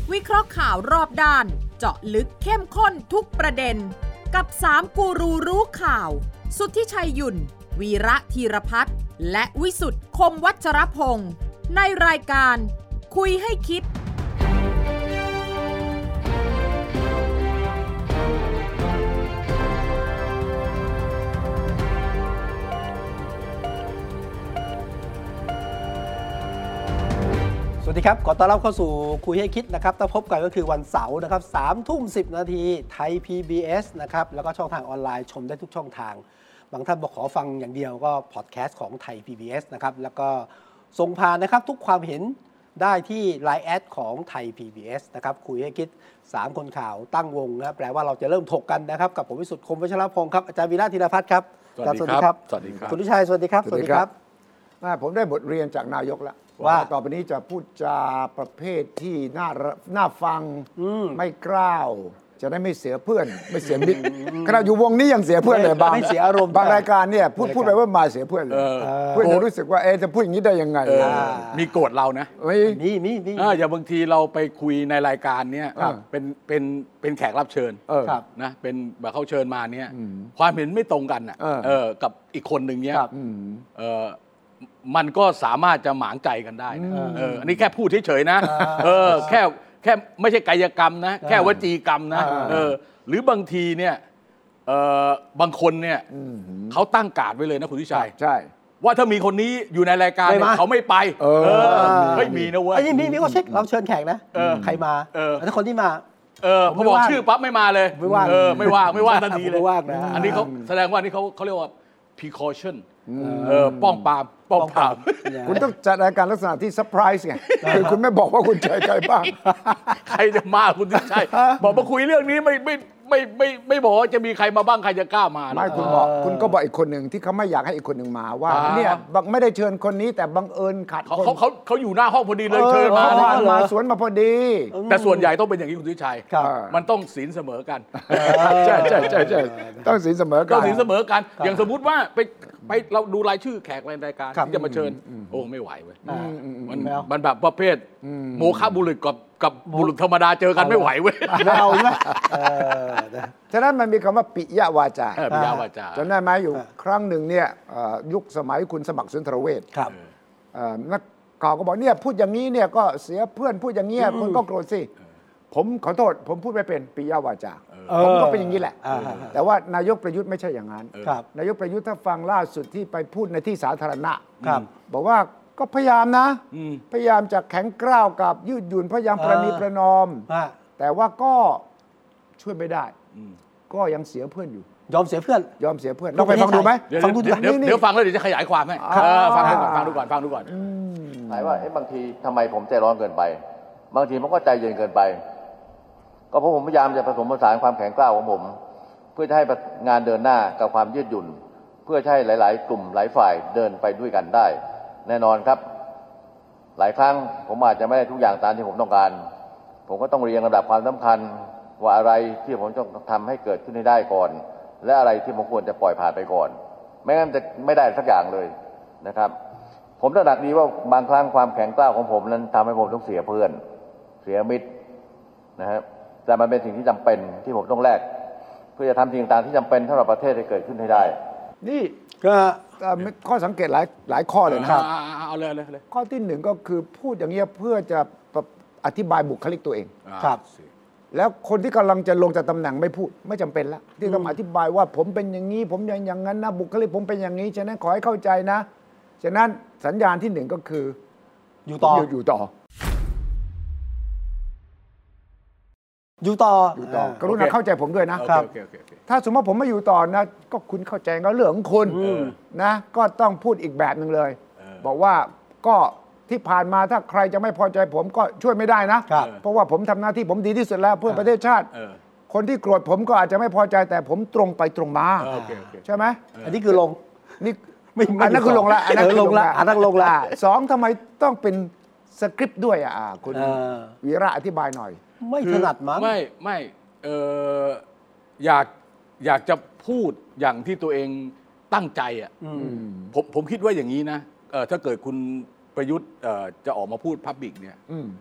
วิเคราะห์ข่าวรอบด้านเจาะลึกเข้มข้นทุกประเด็นกับ3กูรูรู้ข่าวสุทธิชัยหยุ่นวีระธีรพัฒน์และวิสุทธ์คมวัชรพงศ์ในรายการคุยให้คิดสวัสดีครับขอต้อนรับเข้าสู่คุยให้คิดนะครับถ้าพบกันก็คือวันเสาร์นะครับ3:10 นาทีไทย PBS นะครับแล้วก็ช่องทางออนไลน์ชมได้ทุกช่องทางบางท่านบอกขอฟังอย่างเดียวก็พอดแคสต์ของไทย PBS นะครับแล้วก็ส่งผ่านนะครับทุกความเห็นได้ที่ LINE แอดของไทย PBS นะครับคุยให้คิด3คนข่าวตั้งวงนะแปลว่าเราจะเริ่มถกกันนะครับกับผมวิสุทธิ์คมวัชรพงศ์ครับอาจารย์วีระธีรพัฒน์ครับสวัสดีครับสวัสดีครับคุณวิชัยสวัสดีครับสวัสดีครับผมได้บทเรียนจากนายกแล้วว่าต่อไปนี้จะพูดจาประเภทที่น่าฟังไม่กล้าวจะได้ไม่เสียเพื่อนไม่เสียมิตรขณะอยู่วงนี้ยังเสียเพื่อนเลยบางไม่เสียอารมณ์บางรายการเนี่ยพูดไปว่ามาเสียเพื่อนเลยเพื่อนจะรู้สึกว่าจะพูดอย่างนี้ได้ยังไงมีโกรธเรานะมีอย่างบางทีเราไปคุยในรายการเนี่ยเป็นแขกรับเชิญนะเป็นแบบเขาเชิญมาเนี่ยความเห็นไม่ตรงกันกับอีกคนหนึ่งเนี่ยมันก็สามารถจะหมางใจกันได้นะอันนี้แค่พูดเฉยๆนะแค่ไม่ใช่กายกรรมนะแค่วจีกรรมนะหรือบางทีเนี่ยบางคนเนี่ยเขาตั้งการ์ดไว้เลยนะคุณทิชัยใช่ว่าถ้ามีคนนี้อยู่ในรายการเขาไม่ไปไม่มีนะเว้ยมีก็เช็คเราเชิญแขกนะใครมาถ้าคนที่มาพอบอกชื่อปั๊บไม่มาเลยไม่ว่างไม่ว่างทันทีเลยอันนี้เขาแสดงว่านี่เขาเรียกว่า precaution ป้องปรามคุณต้องจัดรายการลักษณะที่เซอร์ไพรส์ไงคือคุณไม่บอกว่าคุณเจอใครบ้างใครจะมาคุณทิชัยบอกมาคุยเรื่องนี้ไม่บอกว่าจะมีใครมาบ้างใครจะกล้ามาไม่คุณบอกคุณก็บอกอีกคนหนึ่งที่เขาไม่อยากให้อีกคนหนึ่งมาว่าเนี่ยไม่ได้เชิญคนนี้แต่บังเอิญขาดคนเขาอยู่หน้าห้องพอดีเลยเชิญมาสวนมาพอดีแต่ส่วนใหญ่ต้องเป็นอย่างนี้คุณทิชัยมันต้องศีลเสมอกันใช่ต้องศีลเสมอกันอย่างสมมุติว่าไปเราดูรายชื่อแขกในรายการที่จะมาเชิญโอ้ไม่ไหวเว้ยมันแบบประเภทโมฆะบุรุษกับบุรุษธรรมดาเจอกันไม่ไหวเว้ยไม่เอาใช่ไหมฉะนั้นมันมีคำว่าปิยวาจาจำได้ไหมอยู่ครั้งหนึ่งเนี่ยยุคสมัยคุณสมัครสุนทรเวชนักข่าวก็บอกเนี่ยพูดอย่างนี้เนี่ยก็เสียเพื่อนพูดอย่างเงี้ยคนก็โกรธสิผมขอโทษผมพูดไม่เป็นปิยวาจาผมก็เป็นอย่างนี้แหละแต่ว่านายกประยุทธ์ไม่ใช่อย่างนั้นนายกประยุทธ์ถ้าฟังล่าสุดที่ไปพูดในที่สาธารณะบอกว่าก็พยายามนะพยายามจะแข็งกร้าวกับยืดหยุ่นพยายามประนีประนอมแต่ว่าก็ช่วยไม่ได้ก็ยังเสียเพื่อนอยู่ยอมเสียเพื่อนลองไปฟังดูไหมฟังดูเดี๋ยวฟังแล้วเดี๋ยวจะขยายความให้ฟังดูก่อนหมายว่าบางทีทำไมผมใจร้อนเกินไปบางทีมันก็ใจเย็นเกินไปก็เพราะผมพยายามจะผสมผสานความแข็งกร้าวของผมเพื่อให้งานเดินหน้ากับความยืดหยุ่นเพื่อให้หลายๆกลุ่มหลายฝ่ายเดินไปด้วยกันได้แน่นอนครับหลายครั้งผมอาจจะไม่ได้ทุกอย่างตามที่ผมต้องการผมก็ต้องเรียงระดับความสำคัญว่าอะไรที่ผมต้องทำให้เกิดขึ้นให้ได้ก่อนและอะไรที่ผมควรจะปล่อยผ่านไปก่อนไม่งั้นจะไม่ได้สักอย่างเลยนะครับผมตระหนักดีว่าบางครั้งความแข็งกร้าวของผมนั้นทำให้ผมต้องเสียเพื่อนเสียมิตรนะครับแต่มันเป็นสิ่งที่จำเป็นที่ผมต้องแลกเพื่อจะทำสิ่งต่างที่จำเป็นสำหรับประเทศให้เกิดขึ้นให้ได้นี่ก็ข้อสังเกตหลายข้อเลยนะครับเอาเลยข้อที่หนึ่งก็คือพูดอย่างนี้เพื่อจะอธิบายบุคลิกตัวเองครับแล้วคนที่กำลังจะลงจากตำแหน่งไม่พูดไม่จำเป็นแล้วที่ต้องอธิบายว่าผมเป็นอย่างนี้ผมอย่างนั้นนะบุคลิกผมเป็นอย่างนี้ฉะนั้นขอให้เข้าใจนะฉะนั้นสัญญาณที่หนึ่งก็คืออยู่ต่อกรุณาเข้าใจผมด้วยนะครับถ้าสมมติผมไม่อยู่ต่อนะก็คุณเข้าใจก็เรื่องของคุณนะก็ต้องพูดอีกแบบหนึ่งเลยบอกว่าก็ที่ผ่านมาถ้าใครจะไม่พอใจผมก็ช่วยไม่ได้นะเพราะว่าผมทำหน้าที่ผมดีที่สุดแล้วเพื่อประเทศชาติคนที่โกรธผมก็อาจจะไม่พอใจแต่ผมตรงไปตรงมาใช่ไหมอันนี้คือลงนี่อันนั้นคือลงละอันนั้นลงละสองทำไมต้องเป็นสคริปต์ด้วยคุณวีระอธิบายหน่อยไม่ถนัดมั้งไม่อยากจะพูดอย่างที่ตัวเองตั้งใจผมคิดว่าอย่างนี้นะถ้าเกิดคุณประยุทธ์จะออกมาพูดพับบิกเนี่ย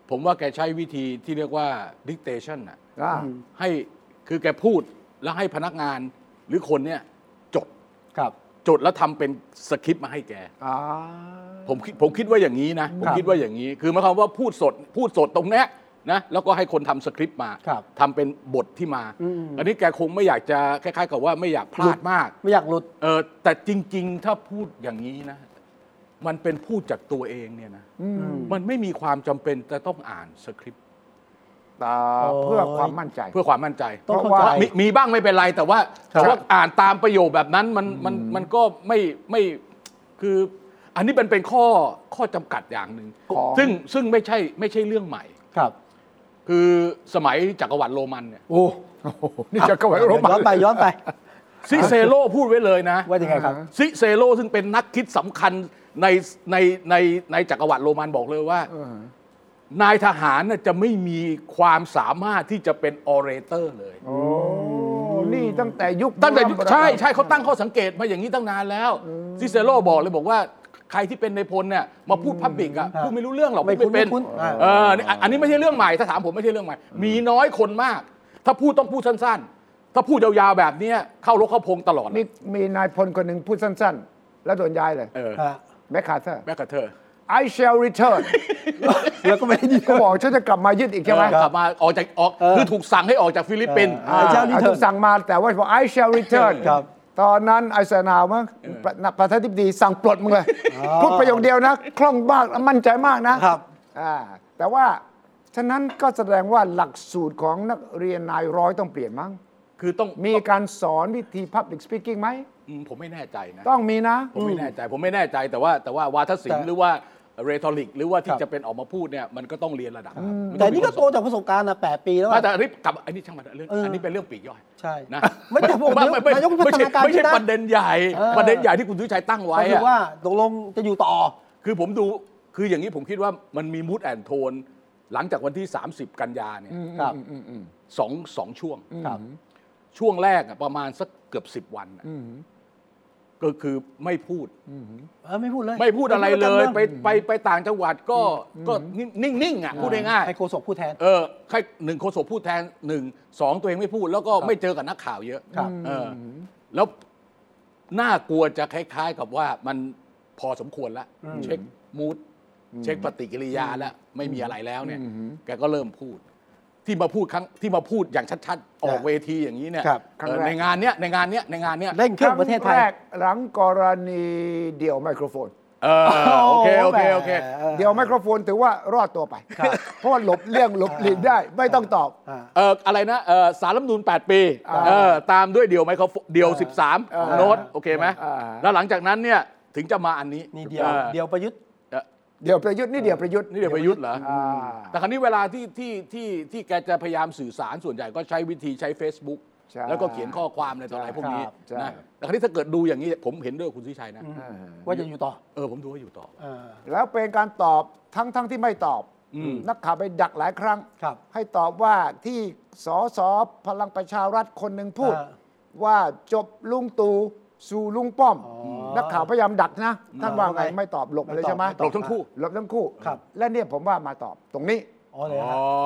ผมว่าแกใช้วิธีที่เรียกว่า dictation น่ะให้คือแกพูดแล้วให้พนักงานหรือคนเนี่ยจดแล้วทำเป็นสคริปต์มาให้แกผมคิดว่าอย่างนี้นะผมคิดว่าอย่างนี้คือหมายความว่าพูดสดตรงเนี้ยนะแล้วก็ให้คนทำสคริปต์มาทำเป็นบทที่มาอันนี้แกคงไม่อยากจะคล้ายๆกับว่าไม่อยากพลาดมากไม่อยากหลุดแต่จริงๆถ้าพูดอย่างนี้นะมันเป็นพูดจากตัวเองเนี่ยนะมันไม่มีความจำเป็นจะต้องอ่านสคริปต์เพื่อความมั่นใจเพราะว่ามีบ้างไม่เป็นไรแต่ว่าอ่านตามประโยคแบบนั้นมันก็ไม่คืออันนี้มันเป็นข้อจำกัดอย่างหนึ่งซึ่งไม่ใช่เรื่องใหม่ครับคือสมัยจักรวรรดิโรมันเนี่ยโอ้นี่จักรวรรดิโรมันย้อนไปซิเซโรพูดไว้เลยนะว่ายังไงครับซิเซโรซึ่งเป็นนักคิดสำคัญในจักรวรรดิโรมันบอกเลยว่านายทหารจะไม่มีความสามารถที่จะเป็นออเรเตอร์เลยโอ้นี่ตั้งแต่ใช่เขาตั้งข้อสังเกตมาอย่างนี้ตั้งนานแล้วซิเซโรบอกว่าใครที่เป็นในพลเนี่ยมาพูดพับบิกอ่ะพูดไม่รู้เรื่องหรอกไม่เป็นอันนี้ไม่ใช่เรื่องใหม่ถ้าถามผมไม่ใช่เรื่องใหม่มีน้อยคนมากถ้าพูดต้องพูดสั้นๆถ้าพูดยาวๆแบบนี้เข้ารกเข้าพงตลอดมีนายพลคนหนึ่งพูดสั้นๆแล้วโดนย้ายเลยแมคคาร์เทอร์I shall return แล้วก็ไม่ได้ก็บอกฉันจะกลับมายึดอีกใช่ไหมกลับมาออกคือถูกสั่งให้ออกจากฟิลิปปินส์ถูกสั่งมาแต่ว่าบอก I shall return ตอนนั้นไอเซนฮาวมั้งประธานาธิบดีสั่งปลดมึงเลยพูดประโยคเดียวนะคล่องมากมั่นใจมากนะครับแต่ว่าฉะนั้นก็แสดงว่าหลักสูตรของนักเรียนนายร้อยต้องเปลี่ยนมั้งคือต้องมีการสอนวิธี public speaking ไหมผมไม่แน่ใจนะต้องมีนะผมไม่แน่ใจแต่ว่าวาทศิลป์หรือว่าเรทอริกหรือว่าที่จะเป็นออกมาพูดเนี่ยมันก็ต้องเรียนระดับแต่นี่ก็โตจากประสบการณ์นะ8 ปีแล้วแต่กับอันนี้ช่างมันเรื่องอันนี้เป็นเรื่องปลีกย่อยใช่นะไม่แต่ผมไม่ใช่ประเด็นใหญ่ที่คุณสุชัยตั้งไว้คือว่าตกลงจะอยู่ต่อคือผมดูคืออย่างนี้ผมคิดว่ามันมีมูดแอนโทนหลังจากวันที่30กันยาเนี่ยสองช่วงช่วงแรกประมาณสักเกือบ10 วันก็คือไม่พูดไม่พูดเลยไม่พูดอะไรเลยไปต่างจังหวัดก็นิ่งๆพูดง่ายๆให้โฆษกพูดแทนใคร1โฆษกพูดแทน1 2ตัวเองไม่พูดแล้วก็ไม่เจอกับนักข่าวเยอะแล้วน่ากลัวจะคล้ายๆกับว่ามันพอสมควรแล้วเช็คมูดเช็คปฏิกิริยาแล้วไม่มีอะไรแล้วเนี่ยแกก็เริ่มพูดที่มาพูดอย่างชัดๆออกเวทีอย่างนี้เนี่ยในงานเนี้ยเร่งเครื่องประเทศไทยหลังกรณีเดี่ยวไมโครโฟนโอเคเดี่ยวไมโครโฟนถือว่ารอดตัวไปเพราะว่าหลบหลีกได้ไม่ต้องตอบอะไรนะศาลรัฐธรรมนูญ8 ปีตามด้วยเดี่ยวไมโครโฟนเดี่ยว13โน้ตโอเคไหมแล้วหลังจากนั้นเนี่ยถึงจะมาอันนี้นี่เดี่ยวประยุทธ์เดี๋ยวประยุทธ์นี่เดี๋ยวประยุทธ์เหรอแต่คราวนี้เวลาที่แกจะพยายามสื่อสารส่วนใหญ่ก็ใช้วิธีใช้ Facebook แล้วก็เขียนข้อความในอะไรพวกนี้นะแต่คราวนี้ถ้าเกิดดูอย่างนี้ผมเห็นด้วยคุณสุชัยนะว่าจะอยู่ต่อผมดูว่าอยู่ต่อแล้วเป็นการตอบทั้งที่ไม่ตอบนักข่าวไปดักหลายครั้งให้ตอบว่าที่สสพลังประชารัฐคนหนึ่งพูดว่าจบลุงตู่สู่ลุงป้อมนักข่าวพยายามดักนะท่านว่าไงไม่ตอบหลบเลยใช่ไหมหลบทั้งคู่และเนี่ยผมว่ามาตอบตรงนี้เลย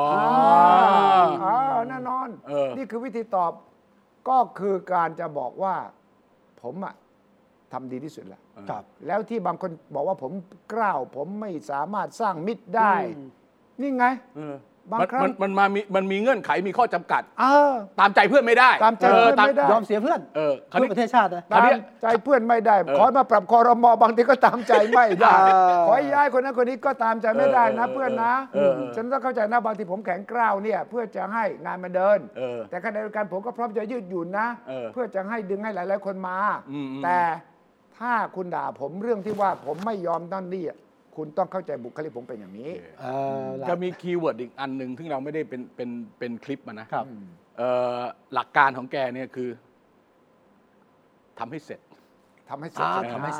แน่นอนนี่คือวิธีตอบก็คือการจะบอกว่าผมทำดีที่สุดแล้วแล้วที่บางคนบอกว่าผมกล้าวผมไม่สามารถสร้างมิตรได้นี่ไงบางครั้งมันมีเงื่อนไขมีข้อจำกัดตามใจเพื่อนไม่ได้ตามใจเพื่อนไม่ได้ยอมเสียเพื่อนเพื่อประเทศชาตินะตามใจเพื่อนไม่ได้ขอมาปรับครม.บางทีก็ตามใจไม่ได้ขอย้ายคนนั้นคนนี้ก็ตามใจไม่ได้นะเพื่อนนะฉันต้องเข้าใจนะบางทีผมแข็งกร้าวเนี่ยเพื่อจะให้งานมันเดินแต่ขณะเดียวกันผมก็พร้อมจะยืดหยุ่นนะเพื่อจะให้ดึงให้หลายๆคนมาแต่ถ้าคุณด่าผมเรื่องที่ว่าผมไม่ยอมนั่นนี่คุณต้องเข้าใจบุคลิกผมเป็นอย่างนี้จะมีคีย์เวิร์ดอีกอันหนึ่งที่เราไม่ได้เป็นคลิปมานะครับหลักการของแกเนี่ยคือทำให้เสร็จทำให้เสร็จ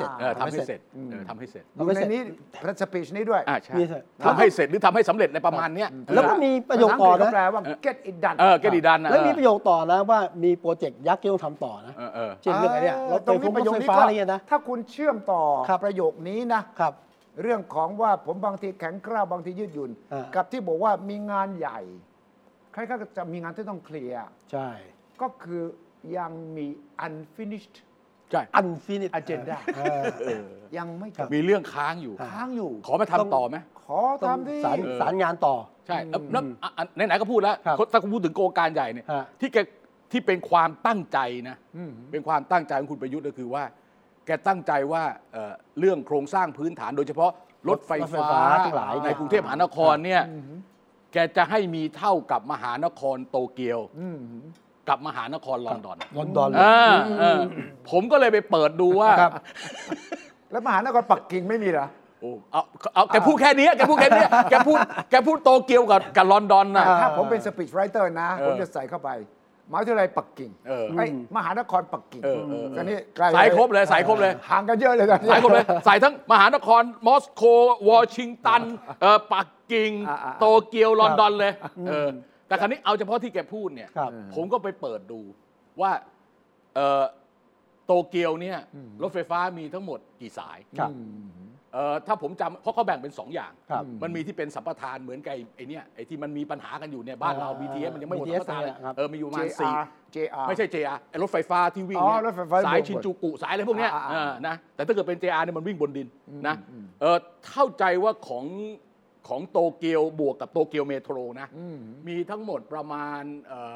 อยู่ในนี้พระสปีชนี้ด้วยทำให้เสร็จหรือทำให้สำเร็จในประมาณนี้แล้วก็มีประโยคต่อนะแปลว่า get it done get it done แล้วมีประโยคต่อนะว่ามีโปรเจกต์ยักษ์ที่ต้องทำต่อนะเช่นเรื่องอะไรเนี่ยตรงนี้ประโยคนี้ก็ถ้าคุณเชื่อมต่อประโยคนี้นะครับเรื่องของว่าผมบางทีแข็งกร้าวบางทียืดหยุ่นกับที่บอกว่ามีงานใหญ่ใครก็จะมีงานที่ต้องเคลียร์ใช่ก็คือยังมี unfinished ใช่ unfinished agenda ยังไม่จบมีเรื่องค้างอยู่ ขอมาทำต่อไหมขอทำที่สารงานต่อใช่แล้วไหนๆก็พูดแล้วถ้าพูดถึงโครงการใหญ่เนี่ยที่เป็นความตั้งใจนะเป็นความตั้งใจของคุณประยุทธ์ก็คือว่าแกตั้งใจว่าเรื่องโครงสร้างพื้นฐานโดยเฉพาะรถไฟฟ้าในกรุงเทพมหานครเนี่ยแกจะให้มีเท่ากับมหานครโตเกียวกับมหานครลอนดอนผมก็เลยไปเปิดดูว่าแล้วมหานครปักกิ่งไม่มีเหรอเอาแกพูดแค่นี้แกพูดโตเกียวกับลอนดอนนะถ้าผมเป็นสปีชไรเตอร์นะผมจะใส่เข้าไปมหาวิทยาลัยปักกิ่งมหานครปักกิ่งกันนี้สายครบเลยห่างกันเยอะเลยกันสายครบเลยสายทั้งมหานครมอสโกวอชิงตันปักกิ่งโตเกียวลอนดอนเลยแต่คราวนี้เอาเฉพาะที่แกพูดเนี่ยผมก็ไปเปิดดูว่าโตเกียวเนี่ยรถไฟฟ้ามีทั้งหมดกี่สายถ้าผมจำเพราะเขาแบ่งเป็น2 อย่างมันมีที่เป็นสัมปทานเหมือนกับไอ้นี่ไอ้ที่มันมีปัญหากันอยู่เนี่ยบ้านเรา BTS มันยังไม่หมดสัมปทานเลยมีอยู่ประมาณ4ไม่ใช่ JR ไอ้รถไฟฟ้าที่วิ่งสายชินจูกุสายอะไรพวกเนี้ยนะแต่ถ้าเกิดเป็น JR เนี่ยมันวิ่งบนดินนะเข้าใจว่าของโตเกียวบวกกับโตเกียวเมโทรนะมีทั้งหมดประมาณ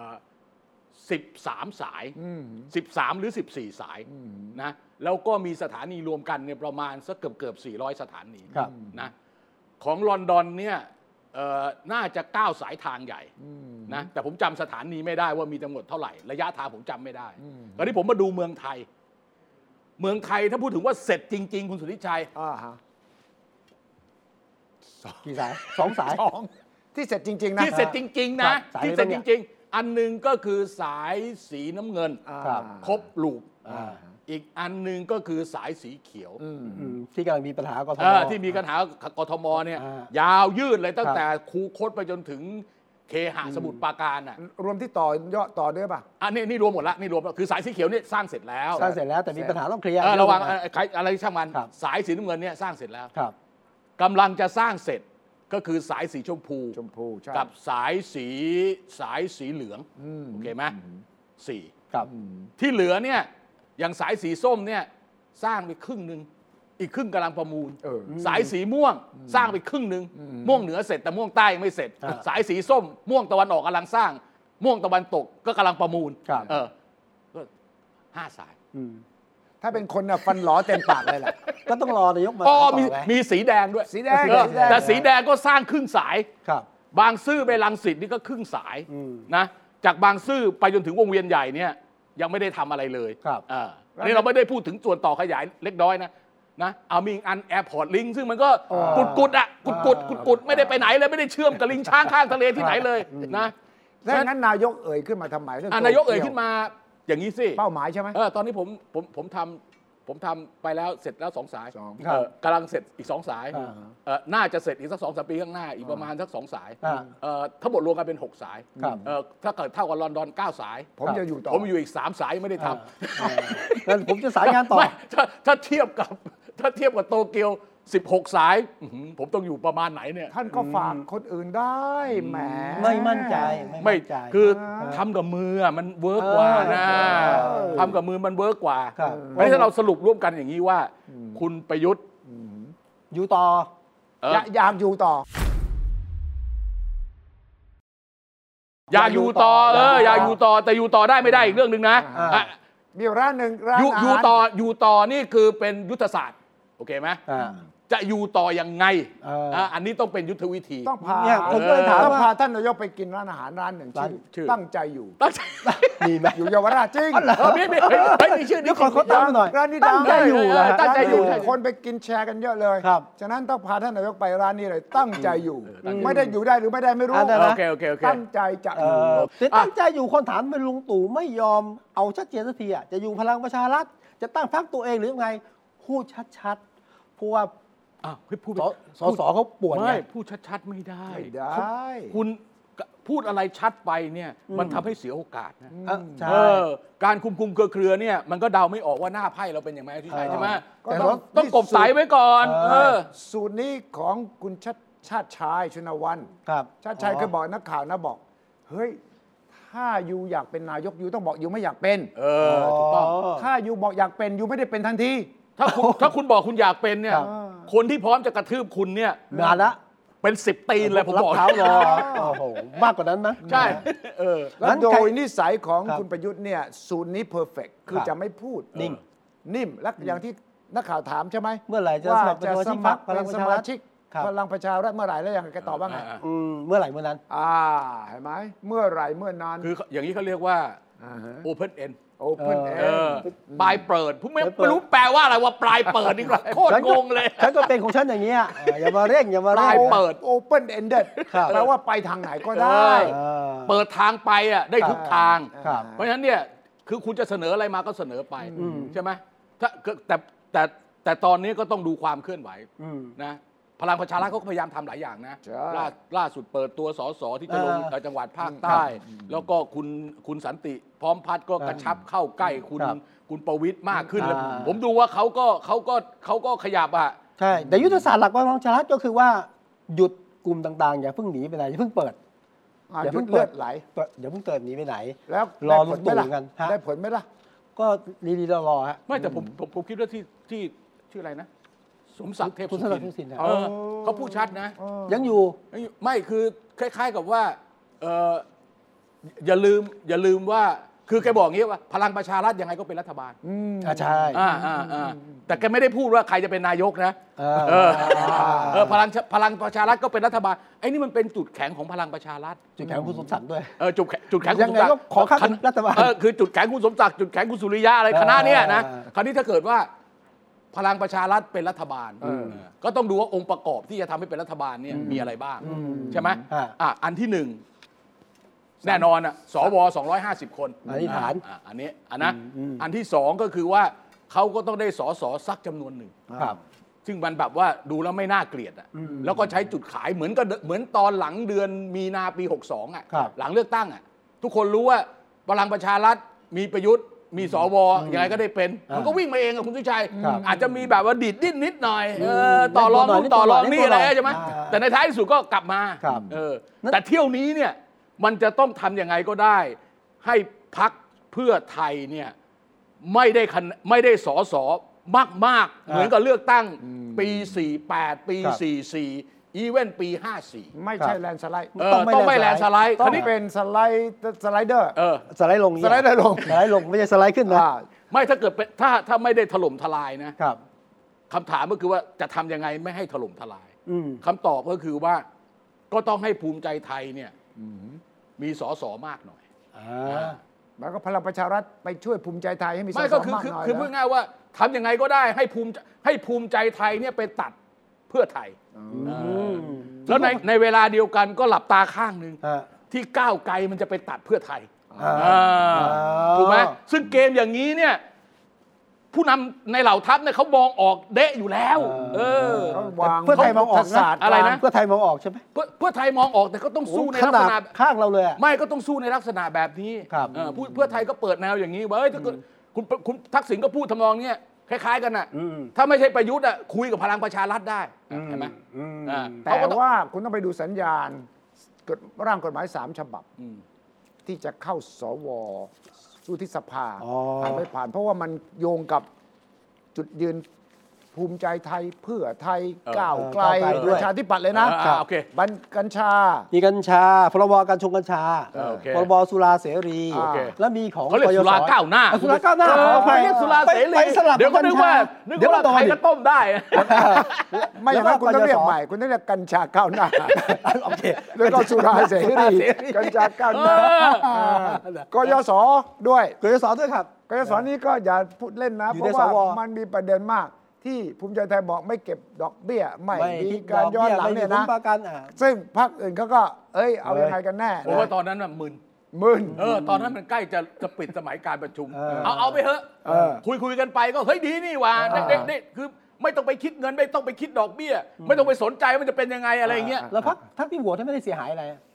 13 สาย13 หรือ 14 สายนะแล้วก็มีสถานีรวมกันเนี่ยประมาณสักเกือบ400 สถานีนะของลอนดอนเนี่ยน่าจะ9 สายทางใหญ่นะแต่ผมจำสถานีไม่ได้ว่ามีทั้งหมดเท่าไหร่ระยะทางผมจำไม่ได้ตอนนี้ผมมาดูเมืองไทยถ้าพูดถึงว่าเสร็จจริงๆคุณสุทธิชัยกี่สาย2 สายที่เสร็จจริงๆนะที่เสร็จจริงๆนะที่เสร็จจริงๆอันหนึ่งก็คือสายสีน้ำเงินครบลูปอีกอันหนึ่งก็คือสายสีเขียวที่กำลังมีปัญหากทมที่มีปัญหากทมเนี่ยยาวยืดเลยตั้งแต่คูคตไปจนถึงเคหะสมุทรปราการอ่ะรวมที่ต่อด้วยป่ะนี่รวมหมดละนี่รวมคือสายสีเขียวนี่สร้างเสร็จแล้วแต่มีปัญหาต้องเคลียร์ระวังอะไรช่างมันสายสีน้ำเงินเนี่ยสร้างเสร็จแล้วกำลังจะสร้างเสร็จก็คือสายสีชมพูกับสายสีเหลืองโอเคไหมที่เหลือเนี่ยอย่างสายสีส้มเนี่ยสร้างไปครึ่งนึงอีกครึ่งกำลังประมูลสายสีม่วงสร้างไปครึ่งนึงม่วงเหนือเสร็จแต่ม่วงใต้ยังไม่เสร็จสายสีส้มม่วงตะวันออกกำลังสร้างม่วงตะวันตกก็กำลังประมูลก็5 สายถ้าเป็นคนน่ะฟันหลอเต็มปากเลยแหละก็ต้องรอนายกมามีสีแดงด้วยสีแดงแต่สีแดงก็สร้างครึ่งสายบางซื่อไปรังสิตนี่ก็ครึ่งสายนะจากบางซื่อไปจนถึงวงเวียนใหญ่เนี่ยยังไม่ได้ทำอะไรเลยนี่เราไม่ได้พูดถึงส่วนต่อขยายเล็กน้อยนะเอามีอันแอร์พอร์ตลิงซึ่งมันก็กุดไม่ได้ไปไหนเลยไม่ได้เชื่อมกับลิงช้างข้างทะเลที่ไหนเลยนะดังนั้นนายกเอ่ยขึ้นมาทำไมนายกเอ่ยขึ้นมาอย่างนี้สิเป้าหมายใช่ไหมตอนนี้ผมทำไปแล้วเสร็จแล้ว2 สายกำลังเสร็จอีก2 สายน่าจะเสร็จอีกสัก 2-3 ปีข้างหน้าอีกประมาณสัก2 สายทั้งหมดรวมกันเป็น6 สายถ้าเกิดเท่ากับลอนดอน9 สายผมจะอยู่ต่อผมอยู่อีก3 สายไม่ได้ทำงั้นผมจะสายงานต่อถ้าเทียบกับโตเกียว16 สายผมต้องอยู่ประมาณไหนเนี่ยท่านก็ฝากคนอื่นได้แหมไม่มั่นใจไม่คือทำกับมือมันเวิร์กกว่านะทำกับมือมันเวิร์กกว่าเพราะฉะนั้นเราสรุปร่วมกันอย่างนี้ว่าคุณประยุทธ์อยู่ต่ออยากอยู่ต่ออยากอยู่ต่ออยากอยู่ต่อแต่อยู่ต่อได้ไม่ได้อีกเรื่องนึงนะมีร้านหนึ่งอยู่ต่อนี่คือเป็นยุทธศาสตร์โอเคไหมจะอยู่ต่อยังไงอันนี้ต้องเป็นยุทธวิธีต้องพาผมเลยถามต้องพาท่านนายกไปกินร้านอาหารร้านหนึ่งชื่อตั้งใจอยู่มีไหมอยู่เยาวราชจริงมีชื่อนี้ขอตามหน่อยร้านนี้ตั้งใจอยู่ตั้งใจอยู่คนไปกินแชร์กันเยอะเลยฉะนั้นต้องพาท่านนายกไปร้านนี้เลยตั้งใจอยู่ไม่ได้อยู่ได้หรือไม่ได้ไม่รู้โอเคตั้งใจจะอยู่ตั้งใจอยู่คนถามเป็นลุงตู่ไม่ยอมเอาชัดเจนสักทีจะอยู่พลังประชารัฐจะตั้งพรรคตัวเองหรือไงพูดชัดๆเพราะว่าพูดสสเขาป่วนไม่พูดชัดๆไม่ได้คุณพูดอะไรชัดไปเนี่ยมันทำให้เสียโอกาสนะใช่การคุมเครือเนี่ยมันก็เดาไม่ออกว่าหน้าไพ่เราเป็นอย่างไรที่ใช่ไหมต้องกบสายไว้ก่อนสูตรนี้ของคุณชาติชายชุนวันชาติชายเคยบอกนักข่าวนะบอกเฮ้ยถ้าอยู่อยากเป็นนายกอยู่ต้องบอกอยู่ไม่อยากเป็นถูกต้องถ้าอยู่บอกอยากเป็นอยู่ไม่ได้เป็นทันทีถ้าคุณบอกคุณอยากเป็นเนี่ยคนที่พร้อมจะกระทืบคุณเนี่ยนานละเป็น10 ตีนเลยผมบอกเท้ารอโอ้โหมากกว่านั้นนะใช่แล้วโดยนิสัยของคุณประยุทธ์เนี่ยสูตรนี้เพอร์เฟกต์คือจะไม่พูดนิ่มและอย่างที่นักข่าวถามใช่ไหมเมื่อไหร่จะสมัครเป็นสมาชิกพลังประชารัฐเมื่อไหร่แล้วยังแกตอบว่าไงเมื่อไหร่เมื่อนั้นเห็นไหมเมื่อไหร่เมื่อนั้นคืออย่างนี้เขาเรียกว่า open end open end ปลายเปิดผมไม่รู้แปลว่าอะไรว่าปลายเปิดนี่แหละโคตรงงเลยฉันก็เป็นของฉันอย่างเงี้ยอย่ามาเร่งอย่ามาปลายเปิด open ended แปลว่าไปทางไหนก็ได้เปิดทางไปอ่ะได้ทุกทางเพราะฉะนั้นเนี่ยคือคุณจะเสนออะไรมาก็เสนอไปใช่ไหมแต่ตอนนี้ก็ต้องดูความเคลื่อนไหวนะพลังประชารัฐเขาก็พยายามทำหลายอย่างนะล่าสุดเปิดตัวสสที่จะลงจังหวัดภาคใต้แล้วก็คุณสันติพร้อมพัฒน์ก็กระชับเข้าใกล้คุณประวิตรมากขึ้นแล้วผมดูว่าเขาก็ขยับอ่ะใช่แต่ยุทธศาสตร์หลักของพลังประชารัฐก็คือว่าหยุดกลุ่มต่างๆอย่าเพิ่งหนีไปไหนอย่าเพิ่งเปิดอย่าเพิ่งเลือดไหลอย่าเพิ่งเปิดหนีไปไหนแล้วรอลุงตู่กันได้ผลไหมล่ะก็ดีๆรอฮะไม่แต่ผมคิดว่าที่ชื่ออะไรนะสมศักดิ์เทพสุทินเขาพูดชัดนะยังอยู่ไม่คือคล้ายๆกับว่าอย่าลืมว่าคือแกบอกงี้ว่าพลังประชารัฐยังไงก็เป็นรัฐบาลใช่แต่แกไม่ได้พูดว่าใครจะเป็นนายกนะพลังประชารัฐก็เป็นรัฐบาลไอ้นี่มันเป็นจุดแข็งของพลังประชารัฐจุดแข็งคุณสมศักดิ์ด้วยจุดแข็งยังไงก็ขอข้างรัฐบาลคือจุดแข็งคุณสมศักดิ์จุดแข็งคุณสุริยะอะไรคณะเนี้ยนะคราวนี้ถ้าเกิดว่าพลังประชารัฐเป็นรัฐบาลก็ต้องดูว่าองค์ประกอบที่จะทำให้เป็นรัฐบาลเนี่ยมีอะไรบ้างใช่ไหมอันที่หนึ่งแน่นอนสว250 คนอันนี้ฐานอันนี้นะอันที่สองก็คือว่าเขาก็ต้องได้สสสักจำนวนหนึ่งซึ่งมันแบบว่าดูแล้วไม่น่าเกลียดแล้วก็ใช้จุดขายเหมือนตอนหลังเดือนมีนาปี62หลังเลือกตั้งทุกคนรู้ว่าพลังประชารัฐมีประยุทธ์มีสวยังไงก็ได้เป็นมันก็วิ่งมาเองคุณสุชัยอาจจะมีแบบว่าดิดดิ้นนิดหน่อยต่อรองนี่อะไรใช่ไหมแต่ในท้ายที่สุดก็กลับมาแต่เที่ยวนี้เนี่ยมันจะต้องทำยังไงก็ได้ให้พรรคเพื่อไทยเนี่ยไม่ได้สสมากๆเหมือนกับเลือกตั้งปี48ปี44อีเวนต์ปี54 ไม่ใช่แลนด์สไลด์ต้องไม่แลนด์สไลด์ต้องเป็นสไลเดอร์สไลด์ลงไม่ใช่สไลด์ขึ้นนะไม่ถ้าเกิดถ้าไม่ได้ถล่มทลายนะครับคำถามก็คือว่าจะทำยังไงไม่ให้ถล่มทลายคำตอบก็คือว่าก็ต้องให้ภูมิใจไทยเนี่ยมีสสมากหน่อยแล้วก็พลังประชารัฐไปช่วยภูมิใจไทยให้มีสสมากหน่อยคือพูดง่ายว่าทำยังไงก็ได้ให้ภูมิใจไทยเนี่ยไปตัดเพื่อไทยแล้วในเวลาเดียวกันก็หลับตาข้างหนึ่งที่ก้าวไกลมันจะไปตัดเพื่อไทยถูกไหมซึ่งเกมอย่างนี้เนี่ยผู้นำในเหล่าทัพเนี่ยเขามองออกเดะอยู่แล้วเพื่อไทยมองออกอะไรนะเพื่อไทยมองออกใช่ไหมเพื่อไทยมองออกแต่ก็ต้องสู้ในลักษณะข้างเราเลยไม่ก็ต้องสู้ในลักษณะแบบนี้เพื่อไทยก็เปิดแนวอย่างนี้ว่าคุณทักษิณก็พูดทำนองนี้คล้ายๆกันน่ะถ้าไม่ใช่ประยุทธ์คุยกับพลังประชารัฐได้เห็นไหมแต่ว่าคุณต้องไปดูสัญญาณร่างกฎหมาย3 ฉบับที่จะเข้าสวสู่ที่สภาผ่านไม่ผ่านเพราะว่ามันโยงกับจุดยืนภูมิใจไทยเพื่อไทยก้าวไกลประชาธิปัตย์เลยนะกัญชามีกัญชาพรบกัญพรบสุราเสรีแล้วมีของเขาเรียกสุราก้าวหน้าสุราก้าวหน้าเรียกสุราเสรีเดี๋ยวก็นึกว่าใครก็ต้มได้ไม่อย่างนั้นคุณต้องเรียกใหม่คุณต้องเรียกกัญชาก้าวหน้าโอเคแล้วก็สุราเสรีกัญชาก้าวหน้ากยศด้วยครับกยศนี้ก็อย่าพูดเล่นนะเพราะว่ามันมีประเด็นมากที่ภูมิใจไทยบอกไม่เก็บดอกเบี้ยไม่มีการย้อนหลังเนี่ยนะซึ่งพรรคอื่นเขาก็เอายังไงกันแน่เพราะว่าตอนนั้นมึนตอนนั้นมันใกล้จะปิดสมัยการประชุมเอาไปเถอะคุยกันไปก็เฮ้ยดีนี่ว่าเด็กคือไม่ต้องไปคิดเงินไม่ต้องไปคิดดอกเบี้ยไม่ต้องไปสนใจมันจะเป็นยังไงอะไรเงี้ยแล้วพรรคที่โหวตไม่ได้เสียหายอะไร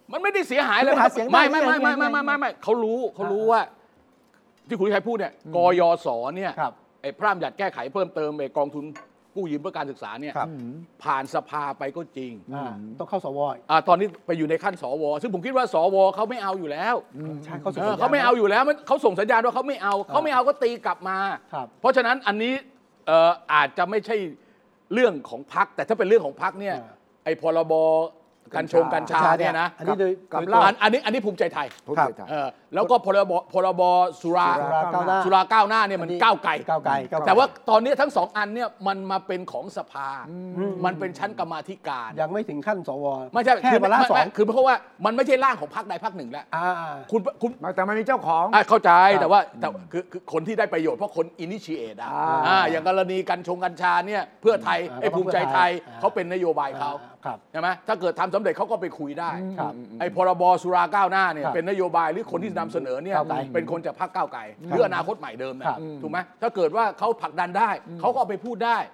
มันไม่ได้เสียหายเลยไม่เขารู้ว่าที่คุณชัยพูดเนี่ยกยศเนี่ยไอ้พร่ำหยัดแก้ไขเพิ่มเติมไอ้กองทุนกู้ยืมเพื่อการศึกษาเนี่ยผ่านสภาไปก็จริงต้องเข้าสว. ตอนนี้ไปอยู่ในขั้นสว.ซึ่งผมคิดว่าสว.เขาไม่เอาอยู่แล้วเขาไม่เอาอยู่แล้วเขาส่งสัญญาณว่าเขาไม่เอาก็ตีกลับมาเพราะฉะนั้นอันนี้อาจจะไม่ใช่เรื่องของพรรคแต่ถ้าเป็นเรื่องของพรรคเนี่ยไอ้พรบกัญชาเนี่ยนะอันนี้ภูมิใจไทยแล้วก็พรบสุราก้าวหน้าเนี่ยมันก้าวไกลแต่ว่าตอนนี้ทั้ง2อันเนี่ยมันมาเป็นของสภามันเป็นชั้นกรรมาธิการยังไม่ถึงขั้นสว. ไม่ใช่คือเพราะว่ามันไม่ใช่ร่างของพรรคใดพรรคหนึ่งแล้วคุณแต่มันมีเจ้าของเข้าใจแต่ว่าคือคนที่ได้ประโยชน์เพราะคนอินิชิเอตอย่างกรณีกัญชาเนี่ยเพื่อไทยไอ้ภูมิใจไทยเขาเป็นนโยบายเขาใช่ไหมถ้าเกิดทำสำเร็จเขาก็ไปคุยได้ไอ้พรบสุราก้าวหน้าเนี่ยเป็นนโยบายหรือคนที่นำเสนอเนี่ยเป็นคนจากพรรคก้าวไกลหรืออนาคตใหม่เดิมนะถูกไหมถ้าเกิดว่าเขาผลักดันได้เขาก็เอาไปพูดได้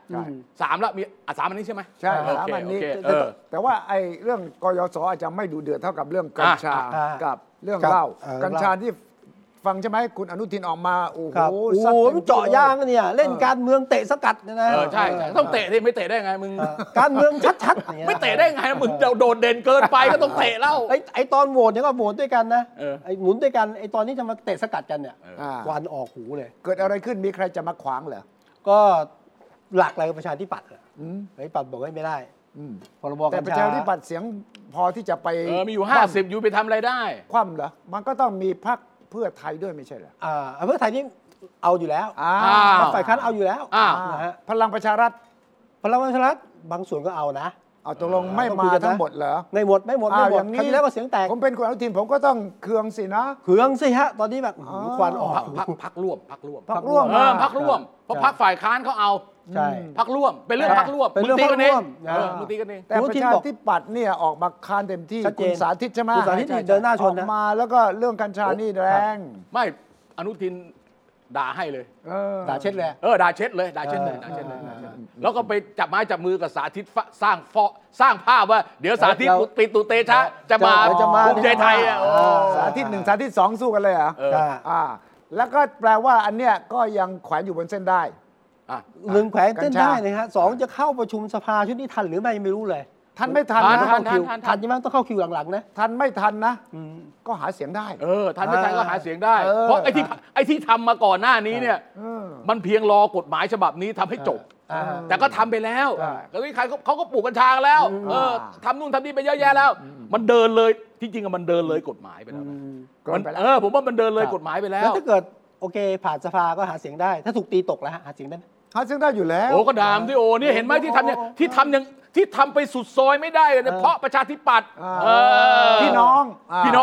3แล้วมี3อันนี้ใช่ไหมใช่3อันนี้แต่ว่าไอ้เรื่องกยศอาจจะไม่ดูเดือดเท่ากับเรื่องกัญชากับเรื่องเหล้ากัญชาที่ฟังใช่ไหมคุณอนุทินออกมาโอ้โหเจาะยางเนี่ยเล่นการเมืองเตะสกัดนะใช่ต้องเตะที่ไม่เตะได้ไงมึงการเมืองชัดๆไม่เตะได้ไงมึงโดดเด่นเกินไปก็ต้องเตะแล้วไอ้ตอนโหวตเนี่ยก็โหวตด้วยกันนะไอ้หมุนด้วยกันไอ้ตอนนี้จะมาเตะสกัดกันเนี่ยควันออกหูเลยเกิดอะไรขึ้นมีใครจะมาขวางเหรอก็หลักอะไรประชาธิปัตย์ประชาธิปัตย์บอกไม่ได้พรบกัญชาแต่ประชาธิปัตย์เสียงพอที่จะไปมีอยู่50อยู่ไปทำอะไรได้คว่ำเหรอมันก็ต้องมีพรรคเพื่อไทยด้วยไม่ใช่เหรอเพื่อไทยนี่เอาอยู่แล้วฝ่ายค้านเอาอยู่แล้วพลังประชารัฐบางส่วนก็เอานะเอาตกลงไม่มาทั้งหมดเหรอไม่หมดอย่างนี้แล้วก็เสียงแตกผมเป็นคุณอนุทินผมก็ต้องเคืองสินะเคืองสิฮะตอนนี้แบบควันออกพักร่วมเพราะพักฝ่ายค้านเขาเอาใช่พักร่วมเป็นเรื่องพักร่วมเป็นเรื่องพักร่วมมึงตีกันเองแต่ประชาธิปัตย์เนี่ยออกมาค้านเต็มที่คุณสาธิตใช่ไหมคุณสาธิตเดินหน้าชนนะมาแล้วก็เรื่องกัญชานี่แรงไม่อนุทินด่าให้เลยด่าเช็ดเลยด่าเช็ดเลยแล้วก็ไปจับไม้จับมือกับสาธิตสร้างภาพว่าเดี๋ยวสาธิตปิตุเตชะจะมาภูมิใจไทยสาธิต1สาธิต2สู้กันเลยเหรอแล้วก็แปลว่าอันเนี้ยก็ยังแขวนอยู่บนเส้นได้ 1แขวนเส้นได้นะฮะ2จะเข้าประชุมสภาชุดนี้ทันหรือไม่ไม่รู้เลยทันไม่ทันนะทันใช่ไหมต้องเข้าคิวหลังๆนะทันไม่ทันนะก็หาเสียงได้ทันไม่ทันก็หาเสียงได้เพราะไอ้ที่ทำมาก่อนหน้านี้เนี่ยมันเพียงรอกฎหมายฉบับนี้ทำให้จบแต่ก็ทำไปแล้วแล้วใครเขาก็ปลูกกัญชาแล้วทำนู่นทำนี่ไปเยอะแยะแล้วมันเดินเลยที่จริงมันเดินเลยกฎหมายไปแล้วผมว่ามันเดินเลยกฎหมายไปแล้วถ้าเกิดโอเคผ่านสภาก็หาเสียงได้ถ้าถูกตีตกแล้วหาเสียงได้หาเสียงได้อยู่แล้วก็ดามที่นี่เห็นไหมที่ทำเนี่ยที่ทำไปสุดซอยไม่ได้เลยเพราะประชาธิปัตย์พี่น้องครับพี่น้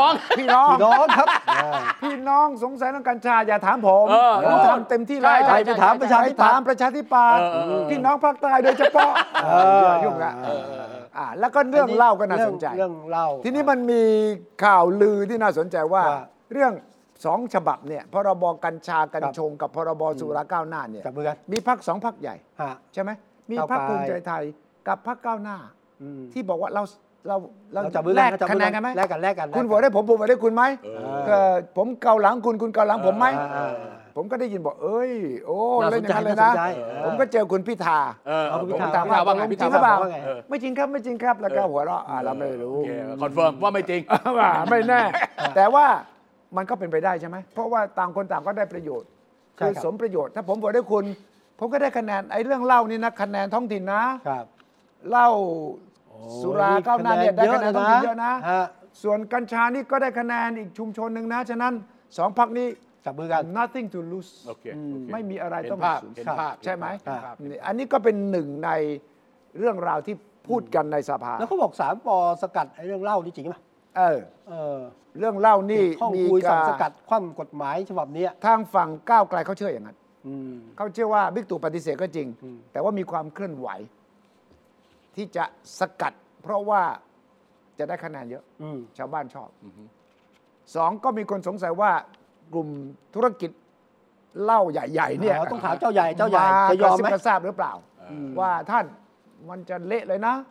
องสงสัยเรื่องกัญชาอย่าถามผมทำเต็มที่แล้วไปถามประชาธิปัตย์พี่น้องภาคใต้โดยเฉพาะยุ่งละแล้วก็เรื่องเล่าก็น่าสนใจเรื่องเล่าทีนี้มันมีข่าวลือที่น่าสนใจว่าเรื่อง2ฉบับเนี่ยพรบกัญชากัญชงกับพรบสุราก้าวหน้าเนี่ยมีพรรค2พรรคใหญ่ใช่ไหมมีพรรคภูมิใจไทยกับพรรคก้าวหน้าที่บอกว่าเราจะแลกคะแนนกันไหมแลกกันคุณโหวตได้ผมโหวตได้คุณไหมผมเกาหลังคุณเกาหลังผมไหมผมก็ได้ยินบอกโอ้เล่นอย่างนั้นเลยนะผมก็เจอคุณพิธาพิธาว่าไงจริงหรือเปล่าไม่จริงครับแล้วก็หัวเราะเราไม่รู้คอนเฟิร์มว่าไม่จริงไม่แน่แต่ว่ามันก็เป็นไปได้ใช่ไหมเพราะว่าต่างคนต่างก็ได้ประโยชน์คือสมประโยชน์ถ้าผมโหวตได้คุณผมก็ได้คะแนนไอ้เรื่องเหล้านี่นะคะแนนท้องถิ่นนะครับเหล้าสุราก้าวหน้าเนี่ยได้คะแนนท้องถิ่นเยอะนะส่วนกัญชานี่ก็ได้คะแนนอีกชุมชนหนึ่งนะฉะนั้น2พรรคนี้จับมือกัน nothing to lose ไม่มีอะไรต้องสูญเสียใช่ไหมอันนี้ก็เป็นหนึ่งในเรื่องราวที่พูดกันในสภาแล้วเขาบอก3 ป.สกัดไอ้เรื่องเหล้านี่จริงไหมเรื่องเล่านี่มีการสกัดคว่ำกฎหมายฉบับนี้ทางฝั่งก้าวไกลเขาเชื่ออย่างนั้นเขาเชื่อว่าบิ๊กตู่ปฏิเสธก็จริงแต่ว่ามีความเคลื่อนไหวที่จะสกัดเพราะว่าจะได้คะแนนเยอะชาวบ้านชอบ2ก็มีคนสงสัยว่ากลุ่มธุรกิจเหล้าใหญ่ๆเนี่ยต้องถามเจ้าใหญ่จะยอมไหมกระทราบหรือเปล่าว่าท่านมันจะเละเลยนะ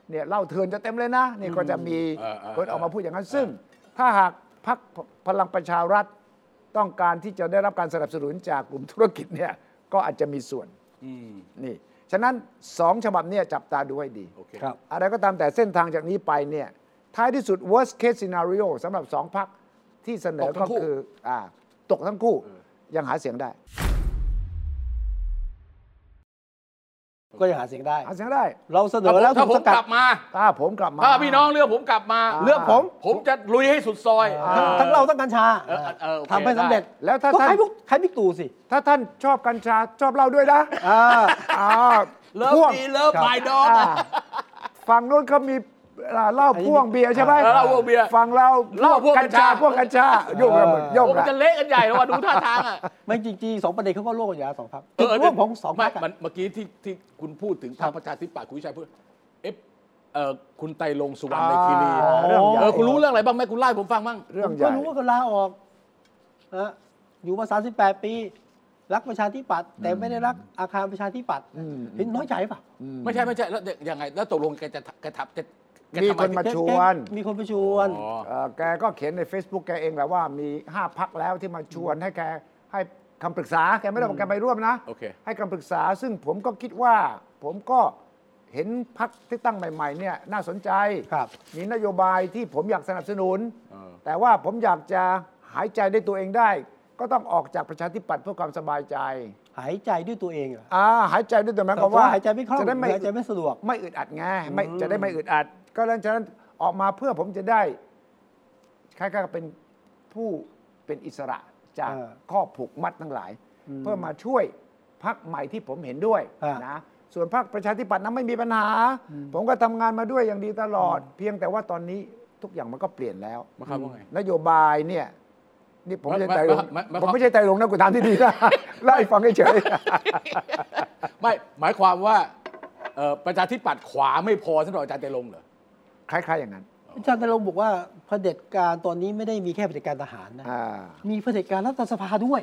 เนี่ยเล่าเถื่อนจะเต็มเลยนะนี่ก็จะมีคนออกมาพูดอย่างนั้นซึ่งถ้าหากพรรคพลังประชารัฐต้องการที่จะได้รับการสนับสนุนจากกลุ่มธุรกิจเนี่ยก็อาจจะมีส่วนนี่ฉะนั้น2ฉบับเนี่ยจับตาดูให้ดีอะไรก็ตามแต่เส้นทางจากนี้ไปเนี่ยท้ายที่สุด worst case scenario สำหรับ2พรรคที่เสนอก็คือตกทั้งคู่ยังหาเสียงได้ก็ยังหาเสียงได้เราเสนอแล้วถ้าผมกลับมาถ้าพี่น้องเลือกผมกลับมาเลือกผมจะลุยให้สุดซอยทั้งเราทั้งกัญชาทำให้สำเร็จแล้วถ้าท่านใครบิ๊กตู่สิถ้าท่านชอบกัญชาชอบเราด้วยนะเลิฟดีเลิฟไมดอทฝั่งนู้นเขามีเหล้าพ่วงเบียร์ใช่ไหมเหล้าพ่วงเบียร์ฝั่งเราเหล้าพ่วงกัญชาโยกกันหมดโยกกันจะเละกันใหญ่แล้วดูท่าทางอ่ะไม่จริงๆ2ประเด็นเขาก็ร่วมกันอยู่แล้ว2พรรคร่วมของ2พรรคเมื่อกี้ที่คุณพูดถึงพรรคประชาธิปัตย์คุณวิชัยพูดคุณไตรรงค์สุวรรณคีรีคุณรู้เรื่องอะไรบ้างไหมคุณไล่ผมฟังบ้างเรื่องใหญ่ก็รู้ว่าเขาลาออกอยู่มา38ปีรักประชาธิปัตย์แต่ไม่ได้รักอาคารประชาธิปัตย์เห็นน้อยใจป่ะไม่ใช่แล้วยังไงแล้วตกลงแกจะมีคนมาชวนแกก็เขียนใน Facebook แกเองแหละว่ามี5พรรคแล้วที่มาชวนให้แกให้คำปรึกษาแกไม่ได้บอกแกไปร่วมนะให้คำปรึกษาซึ่งผมก็คิดว่าผมก็เห็นพรรคที่ตั้งใหม่ๆเนี่ยน่าสนใจมีนโยบายที่ผมอยากสนับสนุนแต่ว่าผมอยากจะหายใจด้วยตัวเองได้ก็ต้องออกจากประชาธิปัตย์เพื่อความสบายใจหายใจด้วยตัวเองหายใจด้วยตัวเองก็ว่าหายใจไม่คล่องหายใจไม่สะดวกไม่อึดอัดไงไม่จะได้ไม่อึดอัดก็หลังจากนั้นออกมาเพื่อผมจะได้คล้ายๆเป็นผู้เป็นอิสระจากข้อผูกมัดทั้งหลายเพื่อมาช่วยพรรคใหม่ที่ผมเห็นด้วยนะส่วนพรรคประชาธิปัตย์นั้นไม่มีปัญหาผมก็ทำงานมาด้วยอย่างดีตลอดเพียงแต่ว่าตอนนี้ทุกอย่างมันก็เปลี่ยนแล้วนโยบายเนี่ยนี่ผมไม่ใช่ไตรรงค์นะกูถามที่ดีนะไล่ฟังเฉยไม่หมายความว่าประชาธิปัตย์ขวาไม่พอสำหรับอาจารย์ไตรรงค์เหรอคล้ายๆอย่างนั้นอาจารย์ไตรรงค์บอกว่าเผด็จการตอนนี้ไม่ได้มีแค่เผด็จการทหารนะมีเผด็จการรัฐสภาด้วย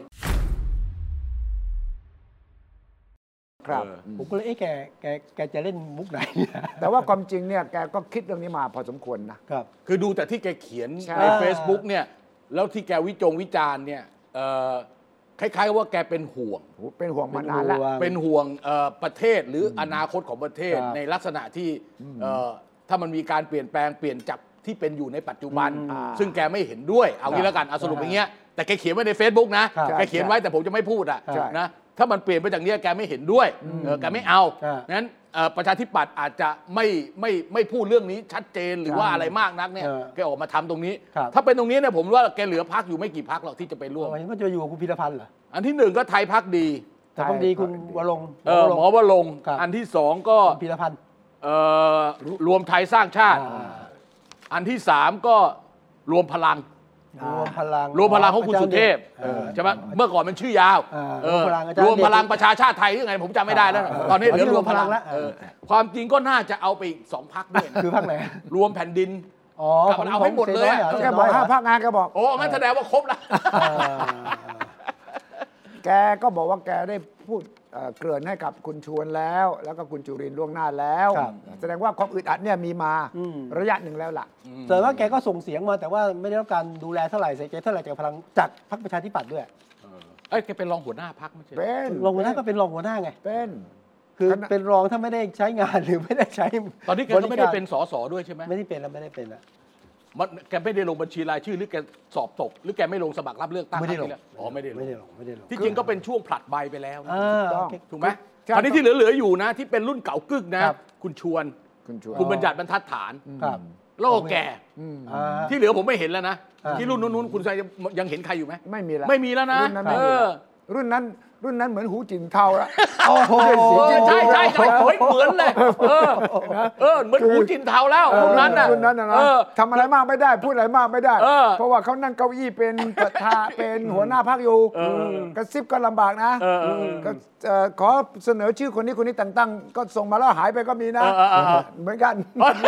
ครับผมก็เลยแกจะเล่นมุกไหนแต่ว่าความจริงเนี่ยแกก็คิดเรื่องนี้มาพอสมควรนะครับคือดูแต่ที่แกเขียนใน Facebook เนี่ยแล้วที่แกวิจารณ์เนี่ยคล้ายๆว่าแกเป็นห่วงมานานแล้วเป็นห่วงประเทศหรืออนาคตของประเทศในลักษณะที่ถ้ามันมีการเปลี่ยนแปลงเปลี่ยนจากที่เป็นอยู่ในปัจจุบันซึ่งแกไม่เห็นด้วยเอางี้แล้วกันสรุปอย่างเงี้ยแต่แกเขียนไว้ใน Facebook นะแกเขียนไว้แต่ผมจะไม่พูดนะถ้ามันเปลี่ยนไปจากนี้แกไม่เห็นด้วยแกไม่เอางั้นประชาธิปัตย์อาจจะไม่พูดเรื่องนี้ชัดเจนหรือว่าอะไรมากนักเนี่ยแกออกมาทำตรงนี้ถ้าเป็นตรงนี้เนี่ยผมว่าแกเหลือพรรคอยู่ไม่กี่พรรคหรอกที่จะไปร่วมก็จะอยู่กับคุณพีรพันธ์เหรออันที่1ก็ไทยพรรคดีคุณวรงค์หมอวรงค์อันที่2ก็พีรพันธ์รวมไทยสร้างชาติอันที่3ก็รวมพลังของคุณสุเทพใช่ไหมเมื่อก่อนมันชื่อยาวรวมพลังประชาชาติไทยหรือไงผมจำไม่ได้แล้วตอนนี้เหลือรวมพลังแล้วความจริงก็น่าจะเอาไปอีก2 พรรคด้วยคือพรรคไหนรวมแผ่นดินเอาให้หมดเลยแกบอก5 พรรคงานแกบอกโอ้งั้นแสดงว่าครบแล้วแกก็บอกว่าแกได้พูดเกริ่นให้กับคุณชวนแล้วก็คุณจุรินทร์ล่วงหน้าแล้วแสดงว่าความอึดอัดเนี่ยมีมาระยะหนึ่งแล้วล่ะแต่ว่าแกก็ส่งเสียงมาแต่ว่าไม่ได้รับการดูแลเท่าไหร่ใส่ใจเท่าไหร่จากพลังจากพรรคประชาธิปัตย์ด้วยแกเป็นรองหัวหน้าพรรคไม่ใช่เป็นรองหัวหน้าก็เป็นรองหัวหน้าไงคือเป็นรองถ้าไม่ได้ใช้งานหรือไม่ได้ใช้ตอนนี้แกก็ไม่ได้เป็นสสด้วยใช่ไหมไม่ได้เป็นแล้วแกไม่ได้ลงบัญชีรายชื่อหรือแกสอบตกหรือแกไม่ลงสมัครรับเลือกตั้งไม่ได้ลงไม่ได้ลงที่จริงก็เป็นช่วงผลัดใบไปแล้วถูกไหมตอนนี้ที่เหลืออยู่นะที่เป็นรุ่นเก่ากึกนะคุณชวนคุณบัญญัติบรรทัดฐานแล้วก็แกที่เหลือผมไม่เห็นแล้วนะที่รุ่นนู้นคุณชัยยังเห็นใครอยู่ไหมไม่มีแล้วนะรุ่นนั้นเหมือนหูจิ่นเทาแล้วโอ้โหใช่เหมือนเลยเหมือนหูจิ่นเทาแล้วรุ่นนั้นนะทำอะไรมากไม่ได้พูดอะไรมากไม่ได้เพราะว่าเขานั่งเก้าอี้เป็นประธานเป็นหัวหน้าพรรคอยู่กระซิบก็ลำบากนะก็ขอเสนอชื่อคนนี้แต่งตั้งก็ส่งมาแล้วหายไปก็มีนะเหมือนกัน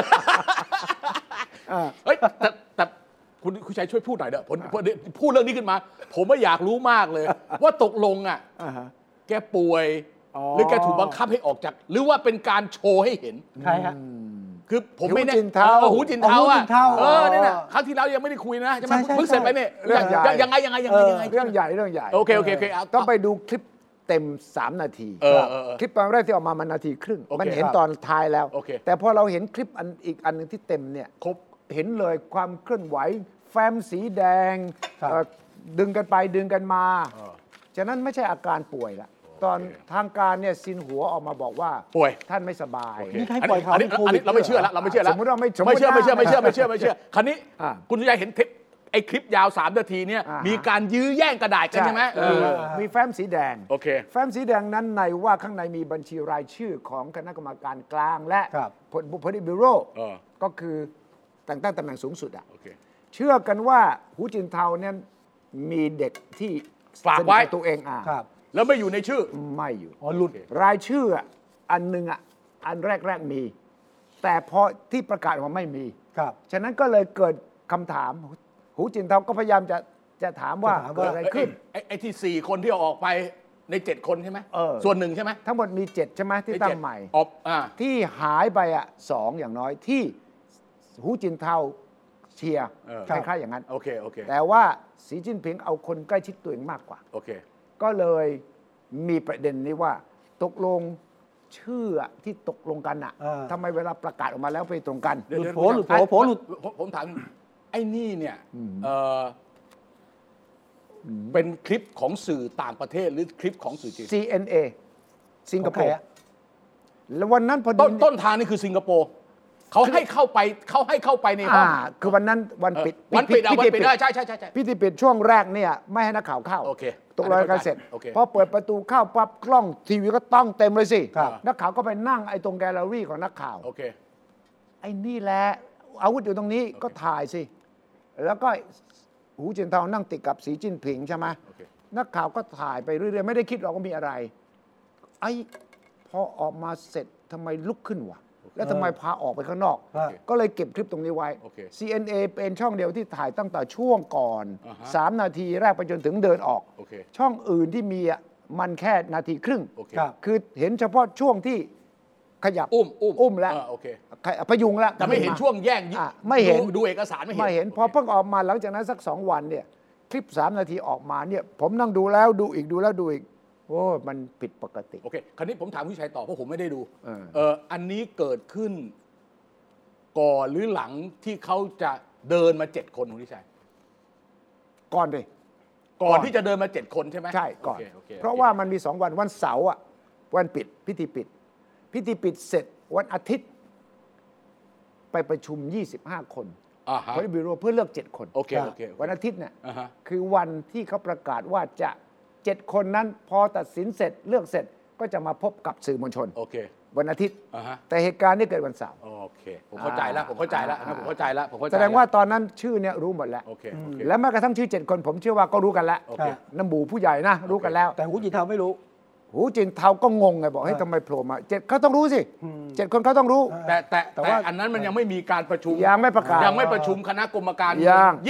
แต่คุณชัยช่วยพูดหน่อยเด้อผมพูดเรื่องนี้ขึ้นมาผมไม่อยากรู้มากเลยว่าตกลงแกป่วยหรือแกถูกบังคับให้ออกจากหรือว่าเป็นการโชว์ให้เห็นใครฮะคือผมไม่แน่หูจินเทาหูจินเทาอ่ะเนี่ยนะครั้งที่แล้วยังไม่ได้คุยนะใช่ไหมใช่เพิ่งเสร็จไปเนี่ยยังไงเรื่องใหญ่โอเคต้องไปดูคลิปเต็ม3 นาทีคลิปตอนแรกที่ออกมามันนาทีครึ่งมันเห็นตอนท้ายแล้วแต่พอเราเห็นคลิปอีกอันนึงที่เต็มเนี่ยเห็นเลยความเคลื่อนไหวแฟ้มสีแดงดึงกันไปดึงกันมาฉะนั้นไม่ใช่อาการป่วยละตอนทางการเนี่ยซินหัวออกมาบอกว่าป่วยท่านไม่สบายนี่ใครปล่อยข่าวโควิดเราไม่เชื่อแล้วสมมติเราไม่เชื่อคราวนี้คุณสุชัยเห็นคลิปไอ้คลิปยาว3 นาทีเนี่ยมีการยื้อแย่งกระดาษกันใช่ไหมมีแฟ้มสีแดงโอเคแฟ้มสีแดงนั้นในว่าข้างในมีบัญชีรายชื่อของคณะกรรมการกลางและพลิตบิโรก็คือแต่งตั้งตำแหน่งสูงสุดอ่ะเชื่อกันว่าหูจินเทาเนี่ยมีเด็กที่ฝากไว้ตัวเองแล้วไม่อยู่ในชื่อไม่อยู่หลุดรายชื่ออันหนึ่งอันแรกมี แต่พอที่ประกาศออกมาไม่มีฉะนั้นก็เลยเกิดคำถามหูจินเทาก็พยายามจะถามว่าเกิดอะไรขึ้นไอ้ที่4 คนที่ออกไปใน7 คนใช่ไหมส่วนหนึ่งใช่ไหมทั้งหมดมี7ใช่ไหมที่ตั้งใหม่ที่หายไป2อย่างน้อยที่หูจินเทาเชียร์คล้ายๆอย่างนั้นโอเคแต่ว่าสีจิ้นผิงเอาคนใกล้ชิดตัวเองมากกว่าโอเคก็เลยมีประเด็นนี้ว่าตกลงชื่อที่ตกลงกันทำไมเวลาประกาศออกมาแล้วไปตรงกันหลุดผมถามไอ้นี่เนี่ยเป็นคลิปของสื่อต่างประเทศหรือคลิปของสื่อจีน CNA สิงคโปร์แล้ววันนั้นพอดีต้นทางนี่คือสิงคโปร์เขาให้เข้าไปในห้องคือวันนั้นวันปิดใช่พิธีปิดช่วงแรกเนี่ยไม่ให้นักข่าวเข้าตกลงกันเสร็จพอเปิดประตูเข้าปั๊บกล้องทีวีก็ต้องเต็มเลยสินักข่าวก็ไปนั่งไอ้ตรงแกลเลอรี่ของนักข่าวไอ้นี่แหละอาวุธอยู่ตรงนี้ก็ถ่ายสิแล้วก็หูจินเทานั่งติดกับสีจิ้นผิงใช่ไหมนักข่าวก็ถ่ายไปเรื่อยๆไม่ได้คิดหรอกว่ามีอะไรไอ้พอออกมาเสร็จทำไมลุกขึ้นวะแล้วทำไมพาออกไปข้างนอกก็เลยเก็บคลิปตรงนี้ไว้ CNA เป็นช่องเดียวที่ถ่ายตั้งแต่ช่วงก่อน3 นาทีแรกไปจนถึงเดินออกช่องอื่นที่มีมันแค่นาทีครึ่งคือเห็นเฉพาะช่วงที่ขยับอุ้มแล้วพยุงแล้วแต่ไม่เห็นช่วงแย่งไม่เห็นดูเอกสารไม่เห็นพอเพิ่งออกมาหลังจากนั้นสัก2 วันเนี่ยคลิป3 นาทีออกมาเนี่ยผมนั่งดูแล้วดูอีกโอ้มันผิดปกติโอเคคราวนี้ผมถามพี่ชัยต่อเพราะผมไม่ได้ดูอันนี้เกิดขึ้นก่อนหรือหลังที่เขาจะเดินมา7 คนคุณพี่ชัยก่อนดิก่อนที่จะเดินมา7 คนใช่ไหมใช่ก่อนเพราะว่ามันมี2 วันวันเสาร์วันปิดพิธีปิดเสร็จวันอาทิตย์ไปประชุม25 คนพลิตบิโรเพื่อเลือก7 คนวันอาทิตย์เนี่ยคือวันที่เขาประกาศว่าจะ7 คนนั้นพอตัดสินเสร็จเลือกเสร็จก็จะมาพบกับสื่อมวลชนวันอาทิตย์แต่เหตุการณ์นี้เกิดวันเสาร์โอเคผมเข้าใจแล้วแสดงว่าตอนนั้นชื่อเนี่ยรู้หมดแล้วแล้วแม้กระทั่งชื่อ7 คนผมเชื่อว่าก็รู้กันแล้วน้ำบูผู้ใหญ่นะรู้กันแล้วแต่หูจินเทาไม่รู้หูจินเทาก็งงไงบอกให้ทำไมโผล่มา7เขาต้องรู้สิ7 คนเขาต้องรู้แต่ว่าอันนั้นมันยังไม่มีการประชุมยังไม่ประกาศยังไม่ประชุมคณะกรรมการ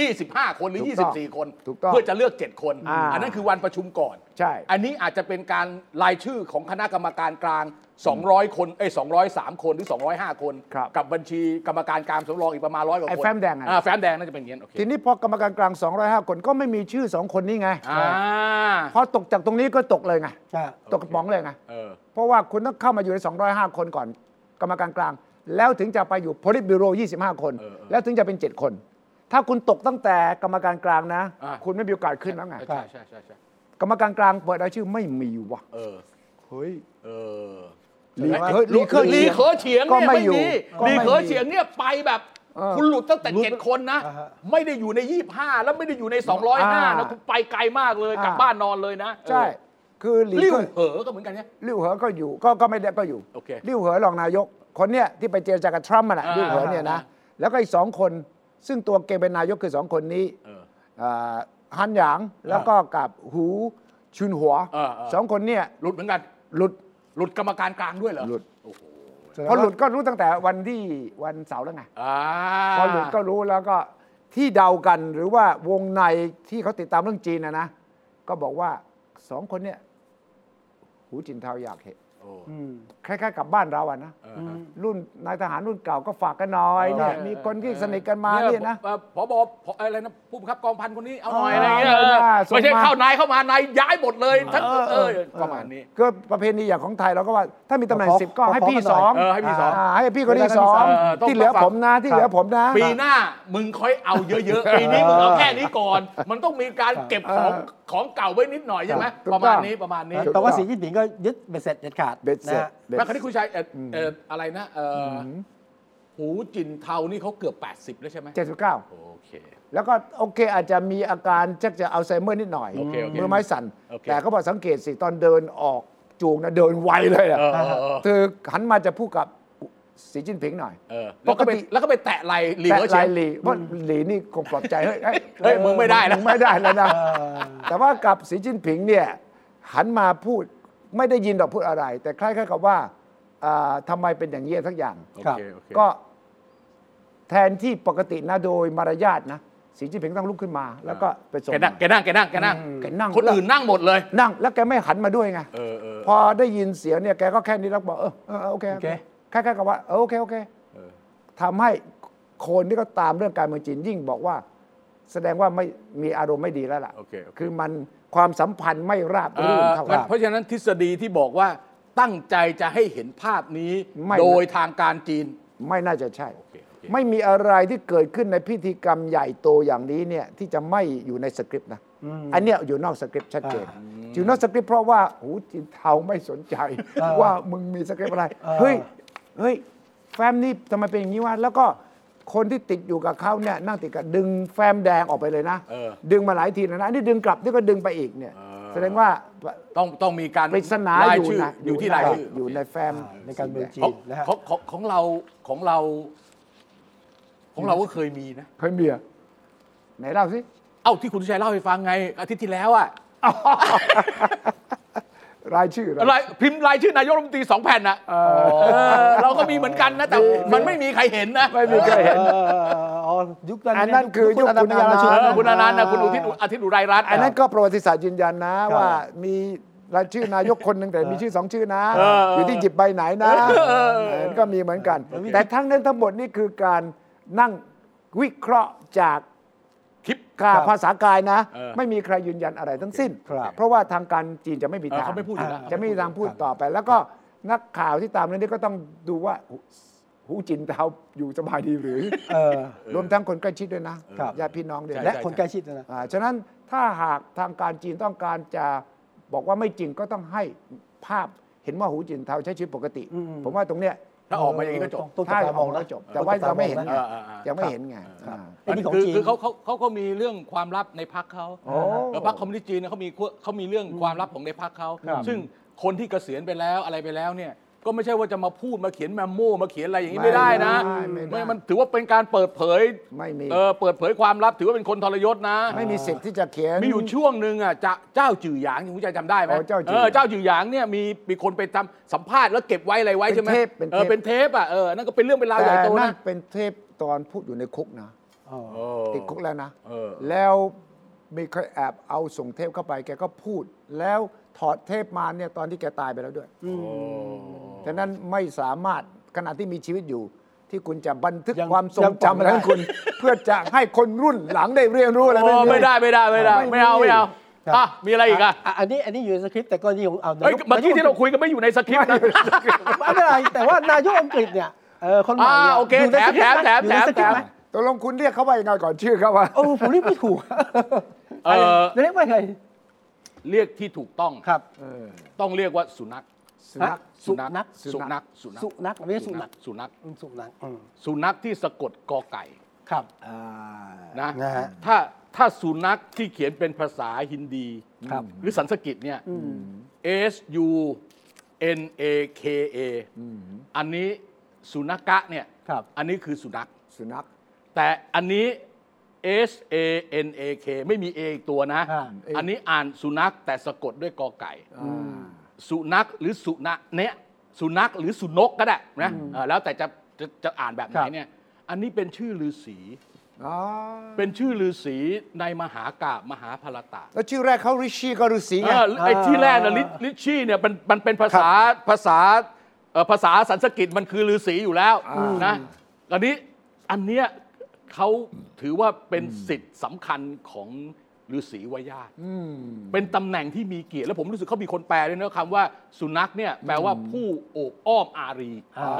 25 คนหรือ24 คนเพื่อจะเลือก7 คนอันนั้นคือวันประชุมก่อนใช่อันนี้อาจจะเป็นการรายชื่อของคณะกรรมการกลาง200 คน203 คนหรือ205 คนกับบัญชีกรรมการกลางสำรองอีกประมาณ100 กว่าคนแฟ้มแดงแฟ้มแดงน่าจะเป็นอย่างนี้ทีนี้พอกรรมการกลาง205 คนก็ไม่มีชื่อ2 คนนี้ไงพอตกจากตรงนี้ก็ตกเลยไงตกกระป๋องเลยไงเพราะว่าคุณต้องเข้ามาอยู่ใน205 คนก่อนกรรมการกลางแล้วถึงจะไปอยู่พลิตบิโร25 คนแล้วถึงจะเป็น7 คนถ้าคุณตกตั้งแต่กรรมการกลางนะคุณไม่มีโอกาสขึ้นแล้วไงใช่กรรมการกลางเปิดรายชื่อไม่มีวะเฮ้ยลีเคอเฉียงเนี่ยไม่มีลีเคอเฉียงเนี่ยไปแบบคุณหลุดตั้งแต่7 คนนะไม่ได้อยู่ใน25แล้วไม่ได้อยู่ใน205นะคุณไปไกลมากเลยกลับบ้านนอนเลยนะใช่คือลิ่วเหอก็เหมือนกันเนี่ยลิ่วเหอก็อยู่ก็ไม่ได้ก็อยู่ลิ่วเหอรองนายกคนเนี้ยที่ไปเจรจากับทรัมป์น่ะลิ่วเหอเนี่ยนะแล้วก็อีก2 คนซึ่งตัวเก่งเป็นนายกคือ2 คนนี้ฮันหยางแล้วก็กับหูชุนหัว2 คนเนี่ยหลุดเหมือนกันหลุดกรรมการกลางด้วยเหรอหลุดพอหลุดก็รู้ตั้งแต่วันเสาร์แล้วไงพอหลุดก็รู้แล้วก็ที่เดากันหรือว่าวงในที่เขาติดตามเรื่องจีนนะก็บอกว่า2 คนเนี่ยหูจินเทาอยากเห็นแคล้ายๆกับบ้านเราอะนะรุ่นนายทหารรุ่นเก่าก็ฝากกันหน่อยเนี่ยมีคนที่สนิทกันมาเนี่ยนะผบอะไรนะผู้บังคับกองพันคนนี้เอาหน่อยอะไรเงี้ยไม่ใช่เข้านายเข้ามานายย้ายหมดเลยทั้งประมาณนี้ก็ประเพณีอย่างของไทยเราก็ว่าถ้ามีตำแหน่ง10ก็ให้พี่2 ให้พี่2 ให้พี่คนที่2ที่เหลือผมนะที่เหลือผมนะปีหน้ามึงค่อยเอาเยอะๆปีนี้มึงเอาแค่นี้ก่อนมันต้องมีการเก็บของเก่าไว้นิดหน่อยใช่ไหมประมาณนี้แต่ว่าสีจิ้นผิงก็ยึดเบ็ดเสร็จเด็ดขาดนะแล้วคราวนี้คุณชัยอะไรนะหูจินเทานี่เขาเกือบ80แล้วใช่ไหม 79 โอเคแล้วก็โอเคอาจจะมีอาการจะอัลไซเมอร์นิดหน่อยมือไม้สั่นแต่เขาบอกสังเกตสิตอนเดินออกจูงนะเดินไวเลยอ่ะเธอหันมาจะพูดกับสีจิ้นผิงหน่อยแล้วก็ไปแตะไหล่หลีแตะไหล่หลีเพราะหลีนี่คงปลอบใจเฮ้ยมึงไม่ได้แล้วมึงไม่ได้แล้วนะแต่ว่ากับสีจิ้นผิงเนี่ยหันมาพูดไม่ได้ยินดอกพูดอะไรแต่คล้ายๆกับว่าทำไมเป็นอย่างนี้ทักอย่างก็แทนที่ปกตินะโดยมารยาทนะสีจิ้นผิงต้องลุกขึ้นมาแล้วก็ไปส่งแกนั่งคนอื่นนั่งหมดเลยนั่งแล้วแกไม่หันมาด้วยไงพอได้ยินเสียงเนี่ยแกก็แค่นี้แล้วบอกโอเคแค่กับว่าโอเคทำให้คนที่ก็ตามเรื่องการเมืองจีนยิ่งบอกว่าแสดงว่าไม่มีอารมณ์ไม่ดีแล้วล่ะคือมันความสัมพันธ์ไม่ราบรื่นเท่ากับเพราะฉะนั้นทฤษฎีที่บอกว่าตั้งใจจะให้เห็นภาพนี้โดยทางการจีนไม่น่าจะใช่ไม่มีอะไรที่เกิดขึ้นในพิธีกรรมใหญ่โตอย่างนี้เนี่ยที่จะไม่อยู่ในสคริปต์นะอันเนี้ยอยู่นอกสคริปต์ชัดเจนอยู่นอกสคริปต์เพราะว่าหูจีนเทาไม่สนใจว่ามึงมีสคริปต์อะไรเฮ้ยแฟ้มนี่ทำไมเป็นอย่างนี้วะแล้วก็คนที่ติดอยู่กับเขาเนี่ยนั่งติดกับดึงแฟ้มแดงออกไปเลยนะดึงมาหลายทีนะนี่ดึงกลับนี่ก็ดึงไปอีกเนี่ยแสดงว่าต้องมีการปริศนาอยู่ที่รายชื่ออยู่ในแฟ้มในการเมืองจีนนะฮะของเราก็เคยมีนะเคยมีไหนเล่าสิที่คุณชัยเล่าให้ฟังไงอาทิตย์ที่แล้วอ่ะรายชื่อพิมพ์รายชื่อนายกรัฐมนตรี2 แผ่นนะเราก็มีเหมือนกันนะแต่มันไม่มีใครเห็นนะไม่มีใครเห็นยุคนั้นคือยุคคุณอานันต์นะคุณอาทิตย์อุไรรัตน์อันนั้นก็ประวัติศาสตร์ยืนยันนะว่ามีรายชื่อนายกคนหนึ่งแต่มีชื่อ2 ชื่อนะอยู่ที่หยิบใบไหนนะก็มีเหมือนกันแต่ทั้งนั้นทั้งหมดนี่คือการนั่งวิเคราะห์จากคลิปภาษากายนะไม่มีใครยืนยันอะไรทั้งสิ้นเพราะว่าทางการจีนจะไม่มีทางจะไม่มีทางพูดต่อไปแล้วก็นักข่าวที่ตามเรื่องนี้ก็ต้องดูว่าหูจินเทาอยู่สบายดีหรือรวมทั้งคนใกล้ชิดด้วยนะญาติพี่น้องด้วยและคนใกล้ชิดนะฉะนั้นถ้าหากทางการจีนต้องการจะบอกว่าไม่จริงก็ต้องให้ภาพเห็นว่าหูจินเทาใช้ชีวิตปกติผมว่าตรงเนี้ยถ้าออกมาอย่างนี้ก็จบถ้ามองแล้วจบแต่ว่าเราไม่เห็นไงยังไม่เห็นไงคือเขาก็มีเรื่องความลับในพรรคเขาพรรคคอมมิวนิสต์จีนเขามีเรื่องความลับของในพรรคเขาซึ่งคนที่เกษียณไปแล้วอะไรไปแล้วเนี่ยก็ไม่ใช่ว่าจะมาพูดมาเขียนแมมโมมาเขียนอะไรอย่างนี้ไม่ได้นะมันถือว่าเป็นการเปิดเผยเปิดเผยความลับถือว่าเป็นคนทรยศนะไม่มีสิทธิ์ที่จะเขียนมีอยู่ช่วงหนึ่งอ่ะเจ้าจื่อหยางคุณจะจำได้ไหมเจ้าจื่อหยางเนี่ยมีคนไปทำสัมภาษณ์แล้วเก็บไว้อะไรไว้ใช่ไหมเป็นเทปอ่ะนั่นก็เป็นเรื่องเป็นราวใหญ่โตนะเป็นเทปตอนพูดอยู่ในคุกนะติดคุกแล้วนะแล้วมีใครแอบเอาส่งเทปเข้าไปแกก็พูดแล้วถอดเทปมาเนี่ยตอนที่แกตายไปแล้วด้วยฉะนั้นไม่สามารถขณะที่มีชีวิตอยู่ที่คุณจะบันทึกความทรงจำอะไรของคุณเพื่อจะให้คนรุ่นหลังได้เรียนรู้อะไรไม่ได้ไม่เอามีอะไรอีกอ่ะอันนี้อยู่ในสคริปต์แต่ก็นี่ของเอาเมื่อกี้ที่เราคุยกันไม่อยู่ในสคริปต์นะไม่เป็นไรแต่ว่านายกอังกฤษเนี่ยคนใหม่เนี่ยโอเคแถมตกลงคุณเรียกเขาว่ายังไงก่อนชื่อเขาว่าผมเรียกไม่ถูกเรียกว่าไงเรียกที่ถูกต้องครับต้องเรียกว่าสุนัขไม่ใช่สุนัขที่สะกดกอไก่ครับนะถ้าสุนัขที่เขียนเป็นภาษาฮินดีหรือสันสกฤตเนี่ย SUNAKA อันนี้สุนัขะเนี่ยอันนี้คือสุนัขแต่อันนี้ SANAK ไม่มี A อีกตัวนะอันนี้อ่านสุนัขแต่สะกดด้วยกอไก่สุนัขหรือสุนะเนี่ยสุนัขหรือสุนกก็ได้นะแล้วแต่จะอ่านแบบไหนเนี่ยอันนี้เป็นชื่อฤาษีเป็นชื่อฤาษีในมหากาพย์มหาภารตะแล้วชื่อแรกเขาริชี่ก็ฤาษีไงไอ้ที่แรกนะริชี่เนี่ยมันเป็นภาษาภาษาสันสกฤตมันคือฤาษีอยู่แล้วนะอันเนี้ยเขาถือว่าเป็นสิทธิ์สำคัญของฤาษีวญาติเป็นตำแหน่งที่มีเกียรติแล้วผมรู้สึกเขามีคนแปลด้วยนะคำว่าสุนัขเนี่ยแปลว่าผู้โอบอ้อมอารี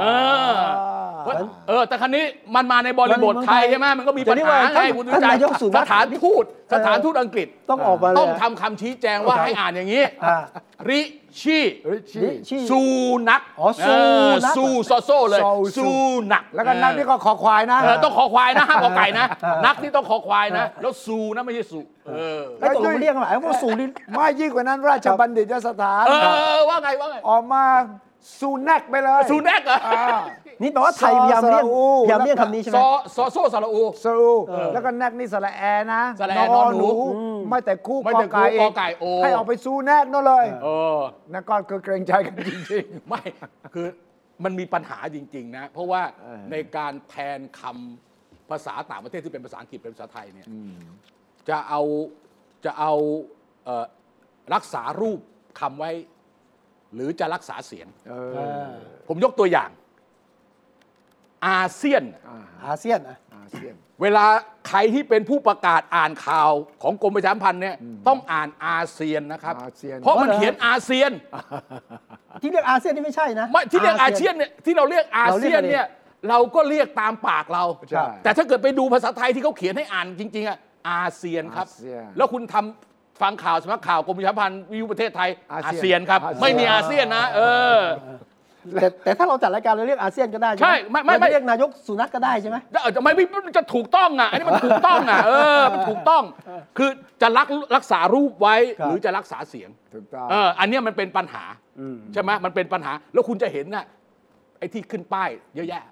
แต่ครั้นี้มันมาในบริบทไทยใช่ไหมมันก็มีปัญหาไงคุณวิจัยสถานทูตอังกฤษต้องออกมาเลยต้องทำคำชี้แจงว่าให้อ่านอย่างนี้ริชีซูนักซูโซเลยซูนักแล้วก็นักนี่ก็คอควายนะต้องคอควายนะห้ามคอไก่นะนักนี่ต้องคอควายนะแล้วซูนะไม่ใช่ซูไม่ตกลงเรียกกันไหมว่าซูนี่ไม่ยิ่งกว่านั้นราชบัณฑิตสถานว่าไงออกมาซูนักไปเลยซูนักเหรอนี่แปลว่าไทยพยายามเรียกคำนี้ใช่ไหมโซสระอูแล้วก็นักนี่สระแอนะสระแอนอนหนูไม่แต่คู่กอไก่ให้ออกไปซูนักนั่นเลยนักก็เกรงใจกันจริงๆไม่คือมันมีปัญหาจริงๆนะเพราะว่าในการแทนคำภาษาต่างประเทศที่เป็นภาษาอังกฤษเป็นภาษาไทยเนี่ยจะเอารักษารูปคำไว้หรือจะรักษาเสียงผมยกตัวอย่างอาเซียนเวลาใครที่เป็นผู้ประกาศอ่านข่าวของกรมประชาสัมพันธ์เนี่ยต้องอ่านอาเซียนนะครับเพราะมันเขียนอาเซียนที่เรียกอาเซียนนี่ไม่ใช่นะไม่ที่เรียกอาเซียนเนี่ยที่เราเรียกอาเซียนเนี่ยเราก็เรียกตามปากเราแต่ถ้าเกิดไปดูภาษาไทยที่เขาเขียนให้อ่านจริงๆอะอาเซียนครับแล้วคุณทำฟังข่าวสำนักข่าวกรมประชาสัมพันธ์วิทยุประเทศไทยอาเซียนครับไม่มีอาเซียนนะแต่ถ้าเราจัดรายการเราเรียกอาเซียนก็ได้ใช่ไม่เรียกนายกสุนัขก็ได้ใช่ไหมไม่จะถูกต้องอ่ะอันนี้มันถูกต้องอ่ะมันถูกต้องคือจะรักษารูปไว้หรือจะรักษาเสียงถูกต้องอันนี้มันเป็นปัญหาใช่ไหมมันเป็นปัญหาแล้วคุณจะเห็นน่ะไอ้ที่ขึ้นป้ายเยอะแยะ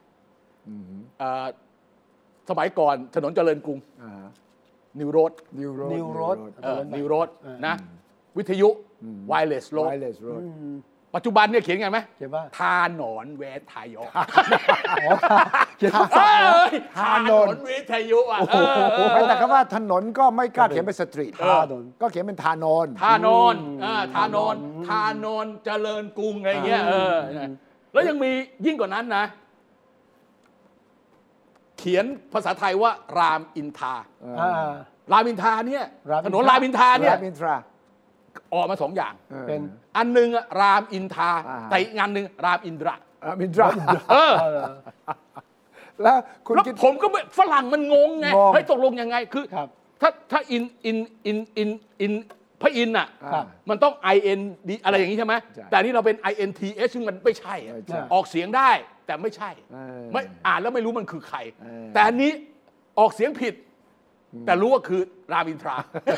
สมัยก่อนถนนเจริญกรุงนิวโรดนะวิทยุไวเลสโรดปัจจุบันเนี่ยเขียนไงไหมทาหนอนเวทายอทาหนอนเวทายุอ่ะแต่คำว่าถนนก็ไม่กล้าเขียนเป็นสตรีทก็เขียนเป็นทานนทานนเจริญกรุงอะไรเงี้ยแล้วยังมียิ่งกว่านั้นนะเขียนภาษาไทยว่ารามอินทรารามอินทราเนี่ยถนนรามอินทราเนี่ยออกมา2อย่างเป็นอันนึงรามอินทราแต่อีกงานนึงรามอินทราแล้วคุณคิดผมก็ฝรั่งมันงงไงเฮ้ยตกลงยังไงคือถ้าอินพระอินทร์อ่ะมันต้อง in อะไรอย่างนี้ใช่ไหมแต่นี่เราเป็น int ซึ่งมันไม่ใช่ออกเสียงได้แต่ไม่ใช่ไม่อ่านแล้วไม่รู้มันคือใครแต่อันนี้ออกเสียงผิดแต่รู้ว่าคือรามอินทรา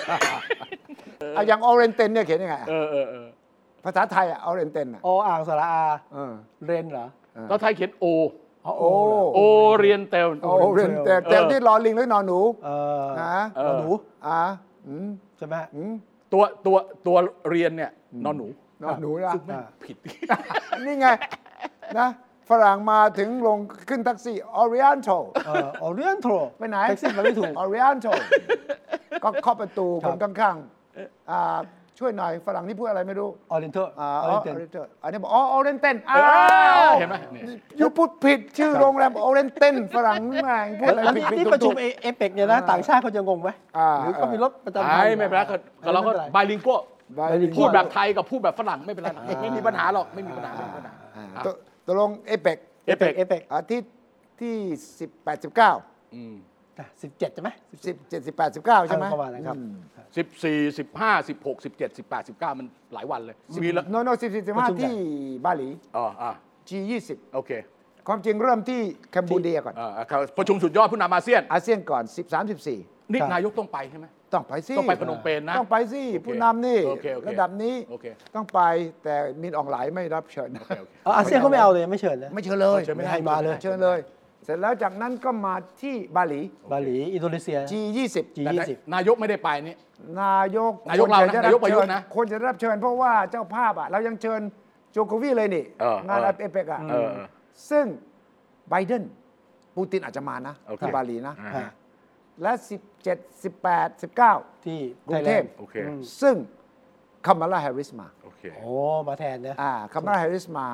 อย่างออเรนเตนเนี่ยเขียนยังไงภาษาไทยออเรนเตนออ่างสระอาเรนเหรอภาษาไทยเขียนโอเรียนเตลเตลที่รอลิงหรือนอนหนูหนูใช่ไหมตัวเรียนเนี่ยนอนหนูนะผิดนี่ไงนะฝรั่งมาถึงลงขึ้นแท็กซี่ Oriental ไปไหนแท็กซี่มันไม่ถูก Oriental ก็เคาะประตูคนข้างๆช่วยหน่อยฝรั่งนี่พูดอะไรไม่รู้ Oriental อันนี้บอกOriental เห็นไหมยูพูดผิดชื่อโรงแรม Oriental ฝรั่งแม่งพูดอะไรผิดนี่ประชุมเอเปกเนี่ยนะต่างชาติเขาจะงงไหมหรือเขามีรถประจำทางไม่เป็นไรก็เราก็ไบลิงกัวพูดแบบไทยกับพูดแบบฝรั่งไม่เป็นไรไม่มีปัญหาหรอกไม่มีปัญหาตกลงเอเปกอาทิตย์ที่18 19 17ใช่ไหม 17 18 19ใช่ไหมประมาณนั้นครับ 14 15 16 17 18 19มันหลายวันเลยโน14 15ที่บาหลีG20 โอเคความจริงเริ่มที่แคนเบเดียก่อนประชุมสุดยอดผู้นำอาเซียนก่อน13 14 นี่นายกต้องไปใช่ไหมต้องไปสิต้องไปพนมเปญนะต้องไปสิผู้นำนี่ระดับนี้ต้องไปแต่มินอองหลายไม่รับเชิญอาเซียนเขาไม่เอาเลยไม่เชิญนะไม่เชิญเลยไม่ให้มาเลยเชิญเลยเสร็จแล้วจากนั้นก็มาที่บาหลีอินโดนีเซีย G20 นายกไม่ได้ไปนี่นายกเรานะนายกประยุทธ์นะคนจะรับเชิญเพราะว่าเจ้าภาพเรายังเชิญโจโควิเลยนี่งานเอเปกซึ่งไบเดนปูตินอาจจะมานะที่บาหลีนะและ17 18 19 ที่กรุงเทพซึ่งคามาลาแฮร์ริสมามาแทนนะคามาลาแฮร์ริสมา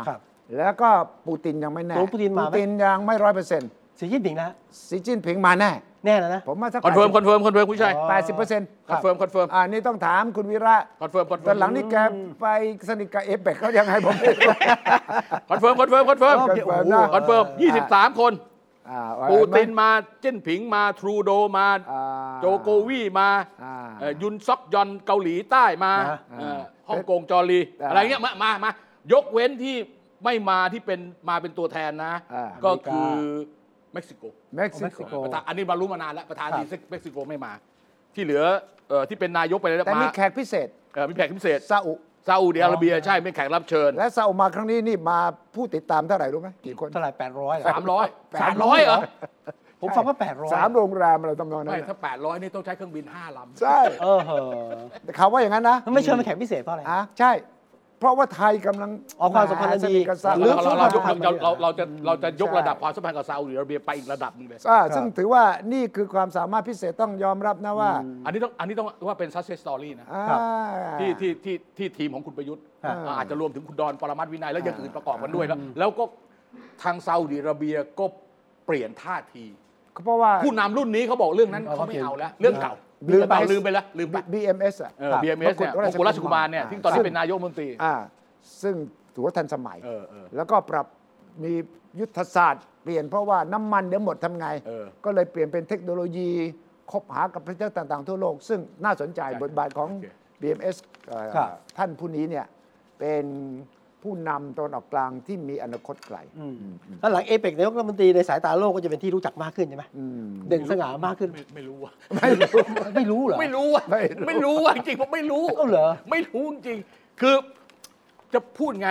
แล้วก็ปูตินยังไม่แน่ปูตินมาไหมปูตินยังไม่100% สีจิ้นผิงนะสีจิ้นผิงมาแน่แน่แล้วนะผมว่าสักคอนเฟิร์มคุณชัย 80% คอนเฟิร์มนี่ต้องถามคุณวีระคอนเฟิร์มตอนหลังนี่แกไปสนิทกับเอเปกเขายังไงผมไม่รู้คอนเฟิร์มคอนเฟิร์มคอนเฟิร์มนะคอนเฟิร์ม23 คน ปูตินมาเจิ้นผิงมาทรูโดมาโจโกวีมายุนซอกยอนเกาหลีใต้มาฮ่องกงจอรีอะไรเงี้ยมายกเว้นที่ไม่มาที่เป็นตัวแทนนะ ก็คือเม็กซิโก อันนี้มารู้มานานแล้วประธานดีเม็กซิโกไม่มาที่เหลือที่เป็นนายกไปแล้วแต่มีแขกพิเศษมีแขกพิเศษซาอุซาอุดิอาระเบียใช่เป็นแขกรับเชิญและซาอุมาครั้งนี้นี่มาผู้ติดตามเท่าไหร่รู้ไหมกี่คนเท่าไหร่800 300เหรอผมฟังว่า800 3 โรงแรมอะไรทำนองนั้นไม่ถ้า800นี่ต้องใช้เครื่องบิน5 ลำใช่เขาว่าอย่างนั้นนะไม่เชิญเป็นแขกพิเศษเพราะอะไรใช่เพราะว่าไทยกำลังความสัมพันธ์ดีกับซาอุเราจะยกระดับความสัมพันธ์กับซาอุดิอาระเบียไปอีกระดับนึงเลยซึ่งถือว่านี่คือความสามารถพิเศษต้องยอมรับนะว่าอันนี้ต้องว่าเป็น success story นะที่ทีมของคุณประยุทธ์อาจจะรวมถึงคุณดอนปรมัตถ์วินัยแล้วอย่างอื่นประกอบกันด้วยแล้วก็ทางซาอุดิอาระเบียก็เปลี่ยนท่าทีเพราะว่าผู้นำรุ่นนี้เขาบอกเรื่องนั้นเขาไม่เอาแล้วเรื่องเก่าลืมไปแล้ว BMS BMS เนี่ยมงกุฎราชกุมารเนี่ยที่ตอนนี้เป็นนายกรัฐมนตรีซึ่งถือว่าทันสมัยแล้วก็ปรับมียุทธศาสตร์เปลี่ยนเพราะว่าน้ำมันเดี๋ยวหมดทำไงก็เลยเปลี่ยนเป็นเทคโนโลยีคบหากับประเทศต่างๆทั่วโลกซึ่งน่าสนใจบทบาทของ BMS ท่านผู้นี้เนี่ยเป็นผู้นำตอนออกกลางที่มีอนาคตไกลแล้วหลังเอเปกนายกรัฐมนตรีในสายตาโลกก็จะเป็นที่รู้จักมากขึ้นใช่ไหมเด่นสง่ามากขึ้นไม่รู้ว่ะไม่รู้เหรอไม่รู้ว่ะจริงๆผมไม่รู้เหรอไม่รู้จริงคือจะพูดไง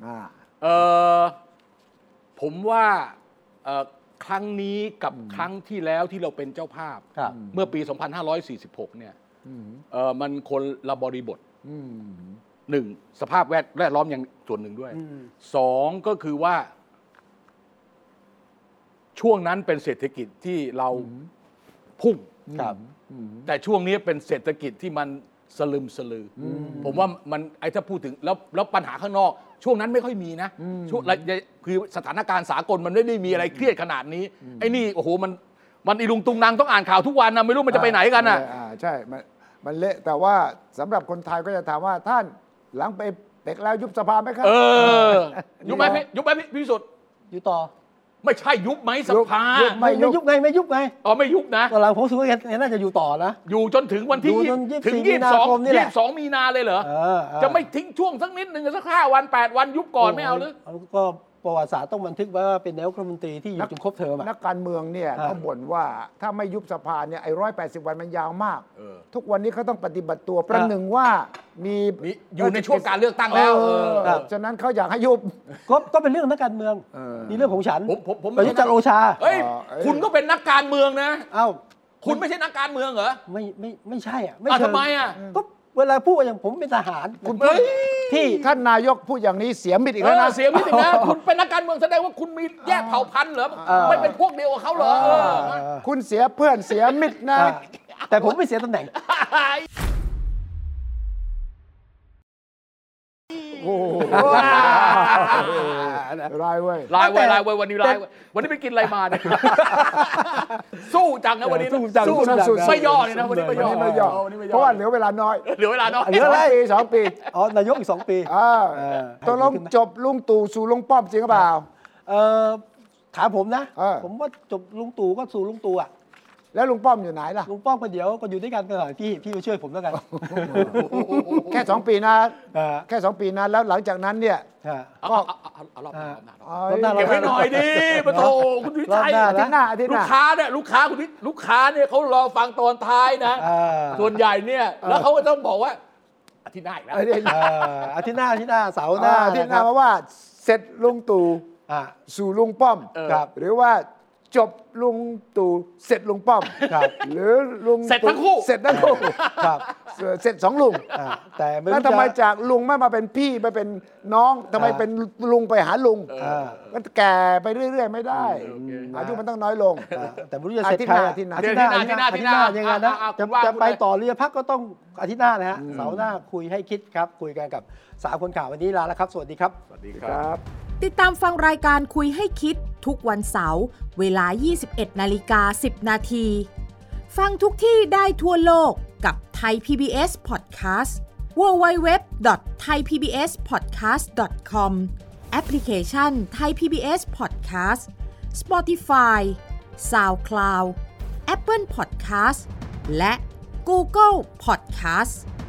ผมว่าครั้งนี้กับครั้งที่แล้วที่เราเป็นเจ้าภาพเมื่อปี 2546 เนี่ยมันคนละบริบท1สภาพแวดล้อมอย่างส่วนหนึ่งด้วย2ก็คือว่าช่วงนั้นเป็นเศรษฐกิจที่เราพุ่งแต่ช่วงนี้เป็นเศรษฐกิจที่มันสลึมสลือผมว่ามันถ้าพูดถึงแล้วปัญหาข้างนอกช่วงนั้นไม่ค่อยมีนะช่วงคือสถานการณ์สากลมันไม่ได้มีอะไรเครียดขนาดนี้ไอ้นี่โอ้โหมันอีลุงตุงนางต้องอ่านข่าวทุกวันนะไม่รู้มันจะไปไหนกันอ่ะใช่มันเละแต่ว่าสำหรับคนไทยก็จะถามว่าท่านหลังไปเด็กแล้วยุบสภาไหมครับยุบไหมพี่สุดอยู่ต่อไม่ใช่ยุบไหมสภาไม่ยุบไงไม่ยุบนะตอนหลังผมรู้ว่าน่าจะอยู่ต่อนะอยู่จนถึงวันที่ถึง22 มีนาเลยเหรอจะไม่ทิ้งช่วงสักนิดนึงสัก5 วัน 8 วันยุบก่อนไม่เอาหรือก็ประวัติศาสตร์ต้องบันทึกไว้ว่าเป็นนายกรัฐมนตรีที่อยู่จนครบเทอมนักการเมืองเนี่ยเขาบ่นว่าถ้าไม่ยุบสภาเนี่ยไอ้180 วันมันยาวมากทุกวันนี้เขาต้องปฏิบัติตัวประหนึ่งว่ามีอยู่ในช่วงการเลือกตั้งแล้วฉะนั้นเขาอยากให้ยุบก็เป็นเรื่องนักการเมืองนี่เรื่องของฉันผมประยุทธ์จันทร์โอชาคุณก็เป็นนักการเมืองนะคุณไม่ใช่นักการเมืองเหรอไม่ใช่อ่ะทำไมอ่ะก็เวลาพูดอย่างผมเป็นทหารคุณพูดที่ท่านนายกพูดอย่างนี้เสียมิตรอีกแล้วนะเสียมิตรอีกนะคุณเป็นนักการเมืองแสดงว่าคุณมีแยกเผ่าพันธุ์เหรอไม่เป็นพวกเดียวกับเขาเหรอคุณเสียเพื่อนเสียมิตรนะแต่ผมไม่เสียตำแหน่งลายเว้ยวันนี้ไปกินอะไรมาเนี่ยสู้จังนะวันนี้สู้ไม่ย่อเลยนะวันนี้ไม่ย่อเพราะว่าเหลือเวลาน้อยเหลือ 2 ปีนายกอีก2 ปีตกลงจบลุงตู่สู่ลุงป้อมจริงหรือเปล่าถามผมนะผมว่าจบลุงตู่ก็สู่ลุงตู่อ่ะแล้วลุงป้อมอยู่ไหนล่ะลุงป้อมก็เดี๋ยวก็อยู่ด้วยกันกันหน่อยพี่มาช่วยผมแล้วกันแค่2 ปีนะแค่2 ปีนะแล้วหลังจากนั้นเนี่ยก็รอบหน้าเก็บไว้หน่อยดิปะโถคุณวิชัยลูกค้าเนี่ยเขารอฟังตอนท้ายนะส่วนใหญ่เนี่ยแล้วเขาก็ต้องบอกว่าอาทิตย์หน้าอีกแล้วอาทิตย์หน้าเสาร์หน้าอาทิตย์หน้าเพราะว่าเสร็จลุงตู่สู่ลุงป้อมหรือว่าจบลุงตู่เสร็จลุงป้อมหรือลุงเสร็จทั้งคู่เสร็จ2 ลุงแต่แล้วทำไมจากลุงไม่มาเป็นพี่ไปเป็นน้องทำไมเป็นลุงไปหาลุงมันแก่ไปเรื่อยๆไม่ได้อายุมันต้องน้อยลงแต่ไม่รู้จะเสร็จใครอาทิตย์หน้ายังไงนะจะไปต่อเรือพักก็ต้องอาทิตย์หน้านะฮะเสาร์หน้าคุยให้คิดครับคุยกันกับ3 คนข่าววันนี้ลาแล้วครับสวัสดีครับสวัสดีครับติดตามฟังรายการคุยให้คิดทุกวันเสาร์เวลา 21:10 น.ฟังทุกที่ได้ทั่วโลกกับ Thai PBS Podcast www.thaipbspodcast.com แอปพลิเคชัน Thai PBS Podcast Spotify SoundCloud Apple Podcast และ Google Podcast